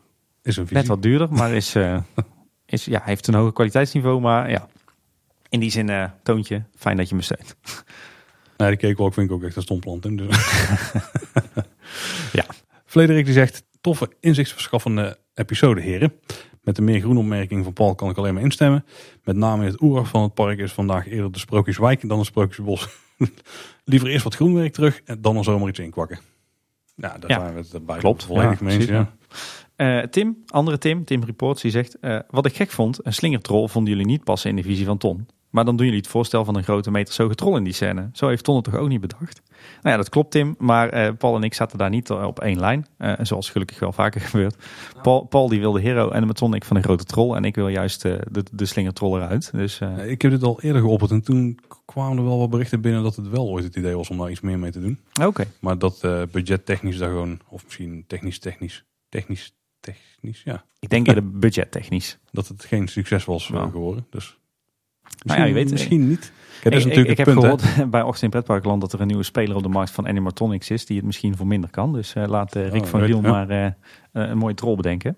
Is een visie. Net wat duurder, maar is, uh, is, ja, heeft een hoger kwaliteitsniveau. Maar ja, in die zin, uh, Toontje, fijn dat je me steunt. Nou, die cakewalk vind ik ook echt een stom plan. Dus. Ja. Frederik die zegt, toffe inzichtsverschaffende episode, heren. Met de meer groene opmerking van Paul kan ik alleen maar instemmen. Met name in het oerwoud van het park is vandaag eerder de Sprookjeswijk dan het Sprookjesbos. Liever eerst wat groenwerk terug en dan er zomaar iets inkwakken. Nou, daar ja, zijn we het bij. Klopt. Volledig ja, mee eens, ja. Uh, Tim, andere Tim, Tim Reports, die zegt... Uh, wat ik gek vond, een slingertrol vonden jullie niet passen in de visie van Ton. Maar dan doen jullie het voorstel van een grote metershoge trol in die scène. Zo heeft Ton het toch ook niet bedacht? Nou ja, dat klopt Tim, maar uh, Paul en ik zaten daar niet op één lijn. Uh, zoals gelukkig wel vaker gebeurt. Paul, Paul die wil de hero en Ton ik van een grote troll. En ik wil juist uh, de, de slingertrol eruit. Dus, uh... Ik heb dit al eerder geopperd en toen kwamen er wel wat berichten binnen dat het wel ooit het idee was om daar iets meer mee te doen. Oké. Okay. Maar dat uh, budgettechnisch daar gewoon, of misschien technisch technisch, technisch technisch, ja. Ik denk eerder budgettechnisch. Dat het geen succes was uh, geworden, dus... Misschien, nou ja, je weet, misschien niet. Kijk, ik, ik, ik heb punt, gehoord hè? bij Ochtend in Pretparkland dat er een nieuwe speler op de markt van Animatronics is die het misschien voor minder kan. Dus uh, laat uh, Rick oh, van Riel ja. maar uh, uh, een mooie troll bedenken.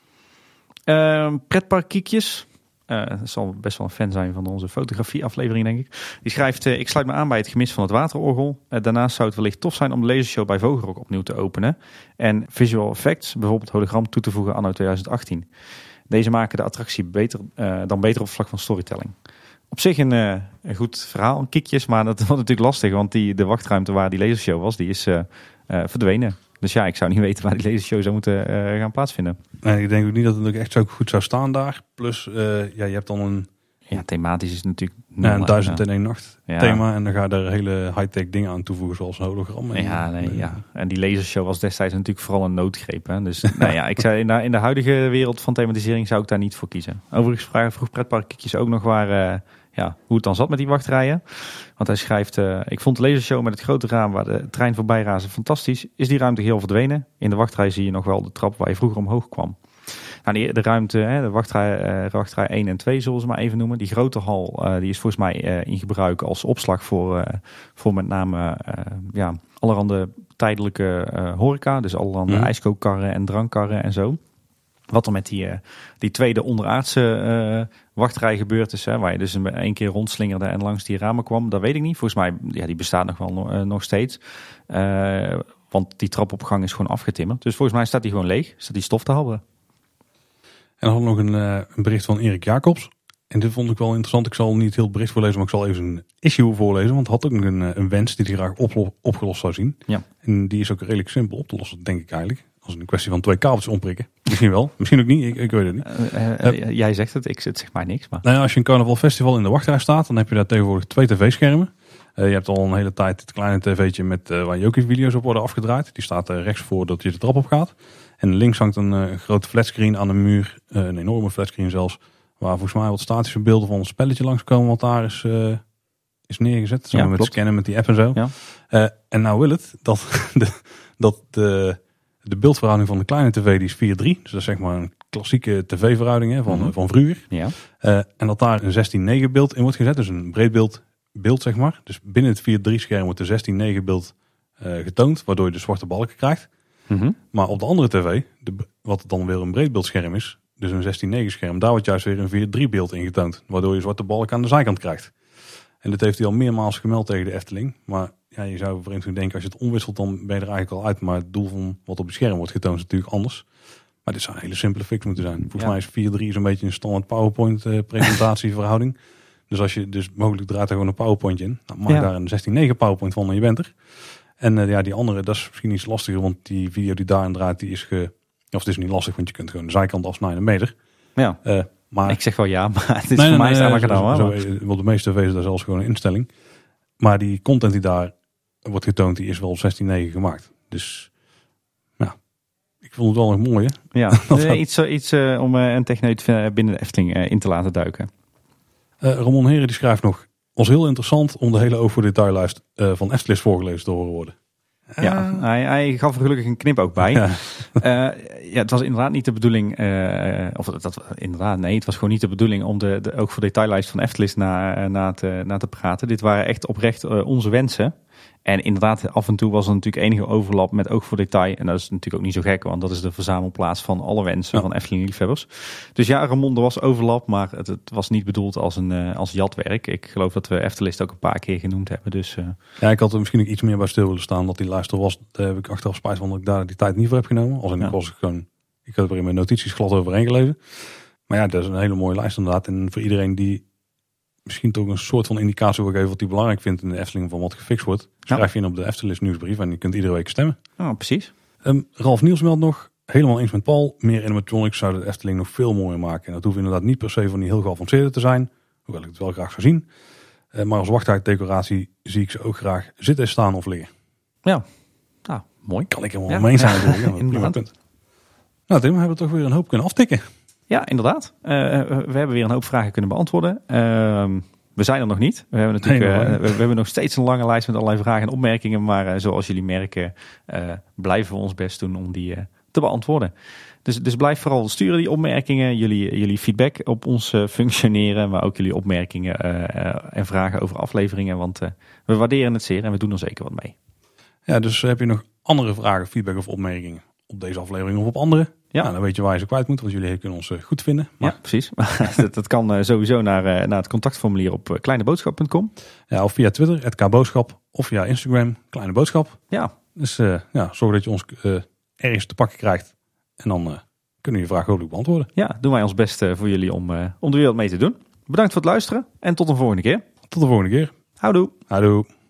Uh, Pretparkkiekjes. Uh, dat zal best wel een fan zijn van onze fotografie-aflevering, denk ik. Die schrijft, uh, ik sluit me aan bij het gemis van het waterorgel. Uh, daarnaast zou het wellicht tof zijn om de lasershow bij Vogelrok opnieuw te openen. En visual effects, bijvoorbeeld hologram, toe te voegen anno twintig achttien. Deze maken de attractie beter, uh, dan beter op vlak van storytelling. Op zich een, uh, een goed verhaal, een kiekjes, maar dat wordt natuurlijk lastig. Want die, de wachtruimte waar die lasershow was, die is uh, uh, verdwenen. Dus ja, ik zou niet weten waar die lasershow zou moeten uh, gaan plaatsvinden. Nee, ik denk ook niet dat het ook echt zo goed zou staan daar. Plus, uh, ja, je hebt dan een... Ja, thematisch is het natuurlijk... Ja, een duizend en één nacht ja. thema. En dan ga je er hele high-tech dingen aan toevoegen, zoals een hologram. En, ja, nee, ja. En die lasershow was destijds natuurlijk vooral een noodgreep. Hè? Dus nou ja, ik zei, in, de, in de huidige wereld van thematisering zou ik daar niet voor kiezen. Overigens vraag, vroeg Pretparkkiekjes ook nog waar... Uh, Ja, hoe het dan zat met die wachtrijen. Want hij schrijft, uh, ik vond de lasershow met het grote raam waar de trein voorbij raasde fantastisch. Is die ruimte heel verdwenen? In de wachtrij zie je nog wel de trap waar je vroeger omhoog kwam. Nou, die, de ruimte, hè, de wachtrij, uh, wachtrij één en twee zullen ze maar even noemen. Die grote hal, uh, die is volgens mij uh, in gebruik als opslag voor, uh, voor met name uh, ja, allerhande tijdelijke uh, horeca. Dus allerhande mm. ijskookkarren en drankkarren en zo. Wat er met die, uh, die tweede onderaardse uh, wachtrij gebeurd is, hè, waar je dus een, een keer rondslingerde en langs die ramen kwam, dat weet ik niet. Volgens mij, ja, die bestaat nog wel uh, nog steeds. Uh, want die trapopgang is gewoon afgetimmerd. Dus volgens mij staat die gewoon leeg. Staat die stof te habberen. En dan hadden we nog een, uh, een bericht van Erik Jacobs. En dit vond ik wel interessant. Ik zal niet heel het bericht voorlezen, maar ik zal even een issue voorlezen. Want hij had ook een, een wens die hij graag oplo- opgelost zou zien. Ja. En die is ook redelijk simpel op te lossen, denk ik eigenlijk. Als een kwestie van twee kabeltjes omprikken. Misschien wel, misschien ook niet. Ik, ik weet het niet. Uh, uh, uh, jij zegt het, ik het zeg maar niks. Maar... Nou ja, als je een carnavalfestival in de wachtrij staat, dan heb je daar tegenwoordig twee tv-schermen. Uh, je hebt al een hele tijd het kleine tv'tje met uh, waar Jokie-video's op worden afgedraaid. Die staat uh, rechts voor dat je de trap op gaat. En links hangt een uh, grote flatscreen aan de muur. Uh, een enorme flatscreen zelfs. Waar volgens mij wat statische beelden van een spelletje langskomen. Wat daar is, uh, is neergezet. Zo ja, met klopt. Scannen met die app en zo. Ja. Uh, en nou wil het dat de, dat de, de beeldverhouding van de kleine tv die is vier drie. Dus dat is zeg maar een klassieke tv-verhouding hè, van, mm-hmm. van vroeger. Ja. Uh, en dat daar een zestien negen beeld in wordt gezet. Dus een breedbeeld beeld zeg maar. Dus binnen het vier drie scherm wordt de zestien negen beeld uh, getoond. Waardoor je de zwarte balken krijgt. Mm-hmm. Maar op de andere tv, de, wat dan weer een breedbeeldscherm is. Dus een zestien negen scherm. Daar wordt juist weer een vier drie beeld in getoond. Waardoor je zwarte balken aan de zijkant krijgt. En dit heeft hij al meermaals gemeld tegen de Efteling. Maar ja, je zou vreemd kunnen denken, als je het omwisselt, dan ben je er eigenlijk al uit. Maar het doel van wat op het scherm wordt getoond is natuurlijk anders. Maar dit zou een hele simpele fix moeten zijn. Volgens ja. mij is vier drie zo'n beetje een standaard PowerPoint uh, presentatieverhouding. Dus als je dus mogelijk draait er gewoon een PowerPointje in. Dan maak je ja. daar een zestien negen PowerPoint van en je bent er. En uh, ja, die andere, dat is misschien iets lastiger. Want die video die daarin draait, die is ge... Of het is niet lastig, want je kunt gewoon de zijkant afsnijden een meter. Ja. Uh, maar... Ik zeg wel ja, maar het is nee, voor nee, mij is nee, het nee, allemaal gedaan. Zo, zo, op de meeste tv's is daar zelfs gewoon een instelling. Maar die content die daar wordt getoond, die is wel op zestien negen gemaakt. Dus ja, ik vond het wel nog mooi hè. Ja, uh, iets, iets uh, om uh, een techneut binnen de Efteling uh, in te laten duiken. Uh, Ramon Heren die schrijft nog, was heel interessant om de hele oog voor detaillijst uh, van Eftelis voorgelezen te horen worden. Ja, uh, hij, hij gaf er gelukkig een knip ook bij. Ja. Uh, ja, het was inderdaad niet de bedoeling, uh, of dat inderdaad, nee, het was gewoon niet de bedoeling om de, de ook voor detaillijst van Eftelis na, na, te, na te praten. Dit waren echt oprecht uh, onze wensen. En inderdaad, af en toe was er natuurlijk enige overlap met oog voor detail. En dat is natuurlijk ook niet zo gek, want dat is de verzamelplaats van alle wensen ja. van Efteling-liefhebbers. Dus ja, Ramon, er was overlap, maar het, het was niet bedoeld als een uh, als jatwerk. Ik geloof dat we Eftelist ook een paar keer genoemd hebben. Dus, uh... Ja, ik had er misschien ook iets meer bij stil willen staan dat die luister was. Daar heb ik achteraf spijt van dat ik daar die tijd niet voor heb genomen. Als in ja. was ik gewoon, ik had er in mijn notities glad overheen gelezen. Maar ja, dat is een hele mooie lijst inderdaad. En voor iedereen die misschien toch een soort van indicatie wil geven wat hij belangrijk vindt in de Efteling van wat gefixt wordt, schrijf je in op de Eftelist nieuwsbrief en je kunt iedere week stemmen. Oh, precies. Um, Ralf Niels meldt nog, helemaal eens met Paul, meer animatronics zouden de Efteling nog veel mooier maken. En dat hoeft inderdaad niet per se van die heel geavanceerde te zijn, hoewel ik het wel graag zou zien. Uh, maar als wachttijddecoratie zie ik ze ook graag zitten, staan of liggen. Ja, nou, mooi. Kan ik helemaal ja. mee zijn natuurlijk. Ja, prima punt. Nou Tim, we hebben toch weer een hoop kunnen aftikken. Ja, inderdaad. Uh, we hebben weer een hoop vragen kunnen beantwoorden. Uh, we zijn er nog niet. We hebben natuurlijk uh, we, we hebben nog steeds een lange lijst met allerlei vragen en opmerkingen. Maar uh, zoals jullie merken, uh, blijven we ons best doen om die uh, te beantwoorden. Dus, dus blijf vooral sturen die opmerkingen. Jullie, jullie feedback op ons uh, functioneren. Maar ook jullie opmerkingen uh, uh, en vragen over afleveringen. Want uh, we waarderen het zeer en we doen er zeker wat mee. Ja, dus heb je nog andere vragen, feedback of opmerkingen op deze aflevering of op andere? Ja, nou, dan weet je waar je ze kwijt moet, want jullie kunnen ons goed vinden. Maar... Ja, precies. dat, dat kan sowieso naar, naar het contactformulier op kleineboodschap punt com. Ja, of via Twitter, het kboodschap, of via Instagram, Kleine Boodschap. Ja. Dus uh, ja, zorg dat je ons uh, ergens te pakken krijgt. En dan uh, kunnen we je vraag hopelijk beantwoorden. Ja, doen wij ons best uh, voor jullie om, uh, om er weer wat mee te doen. Bedankt voor het luisteren en tot een volgende keer. Tot de volgende keer. Houdoe. Houdoe.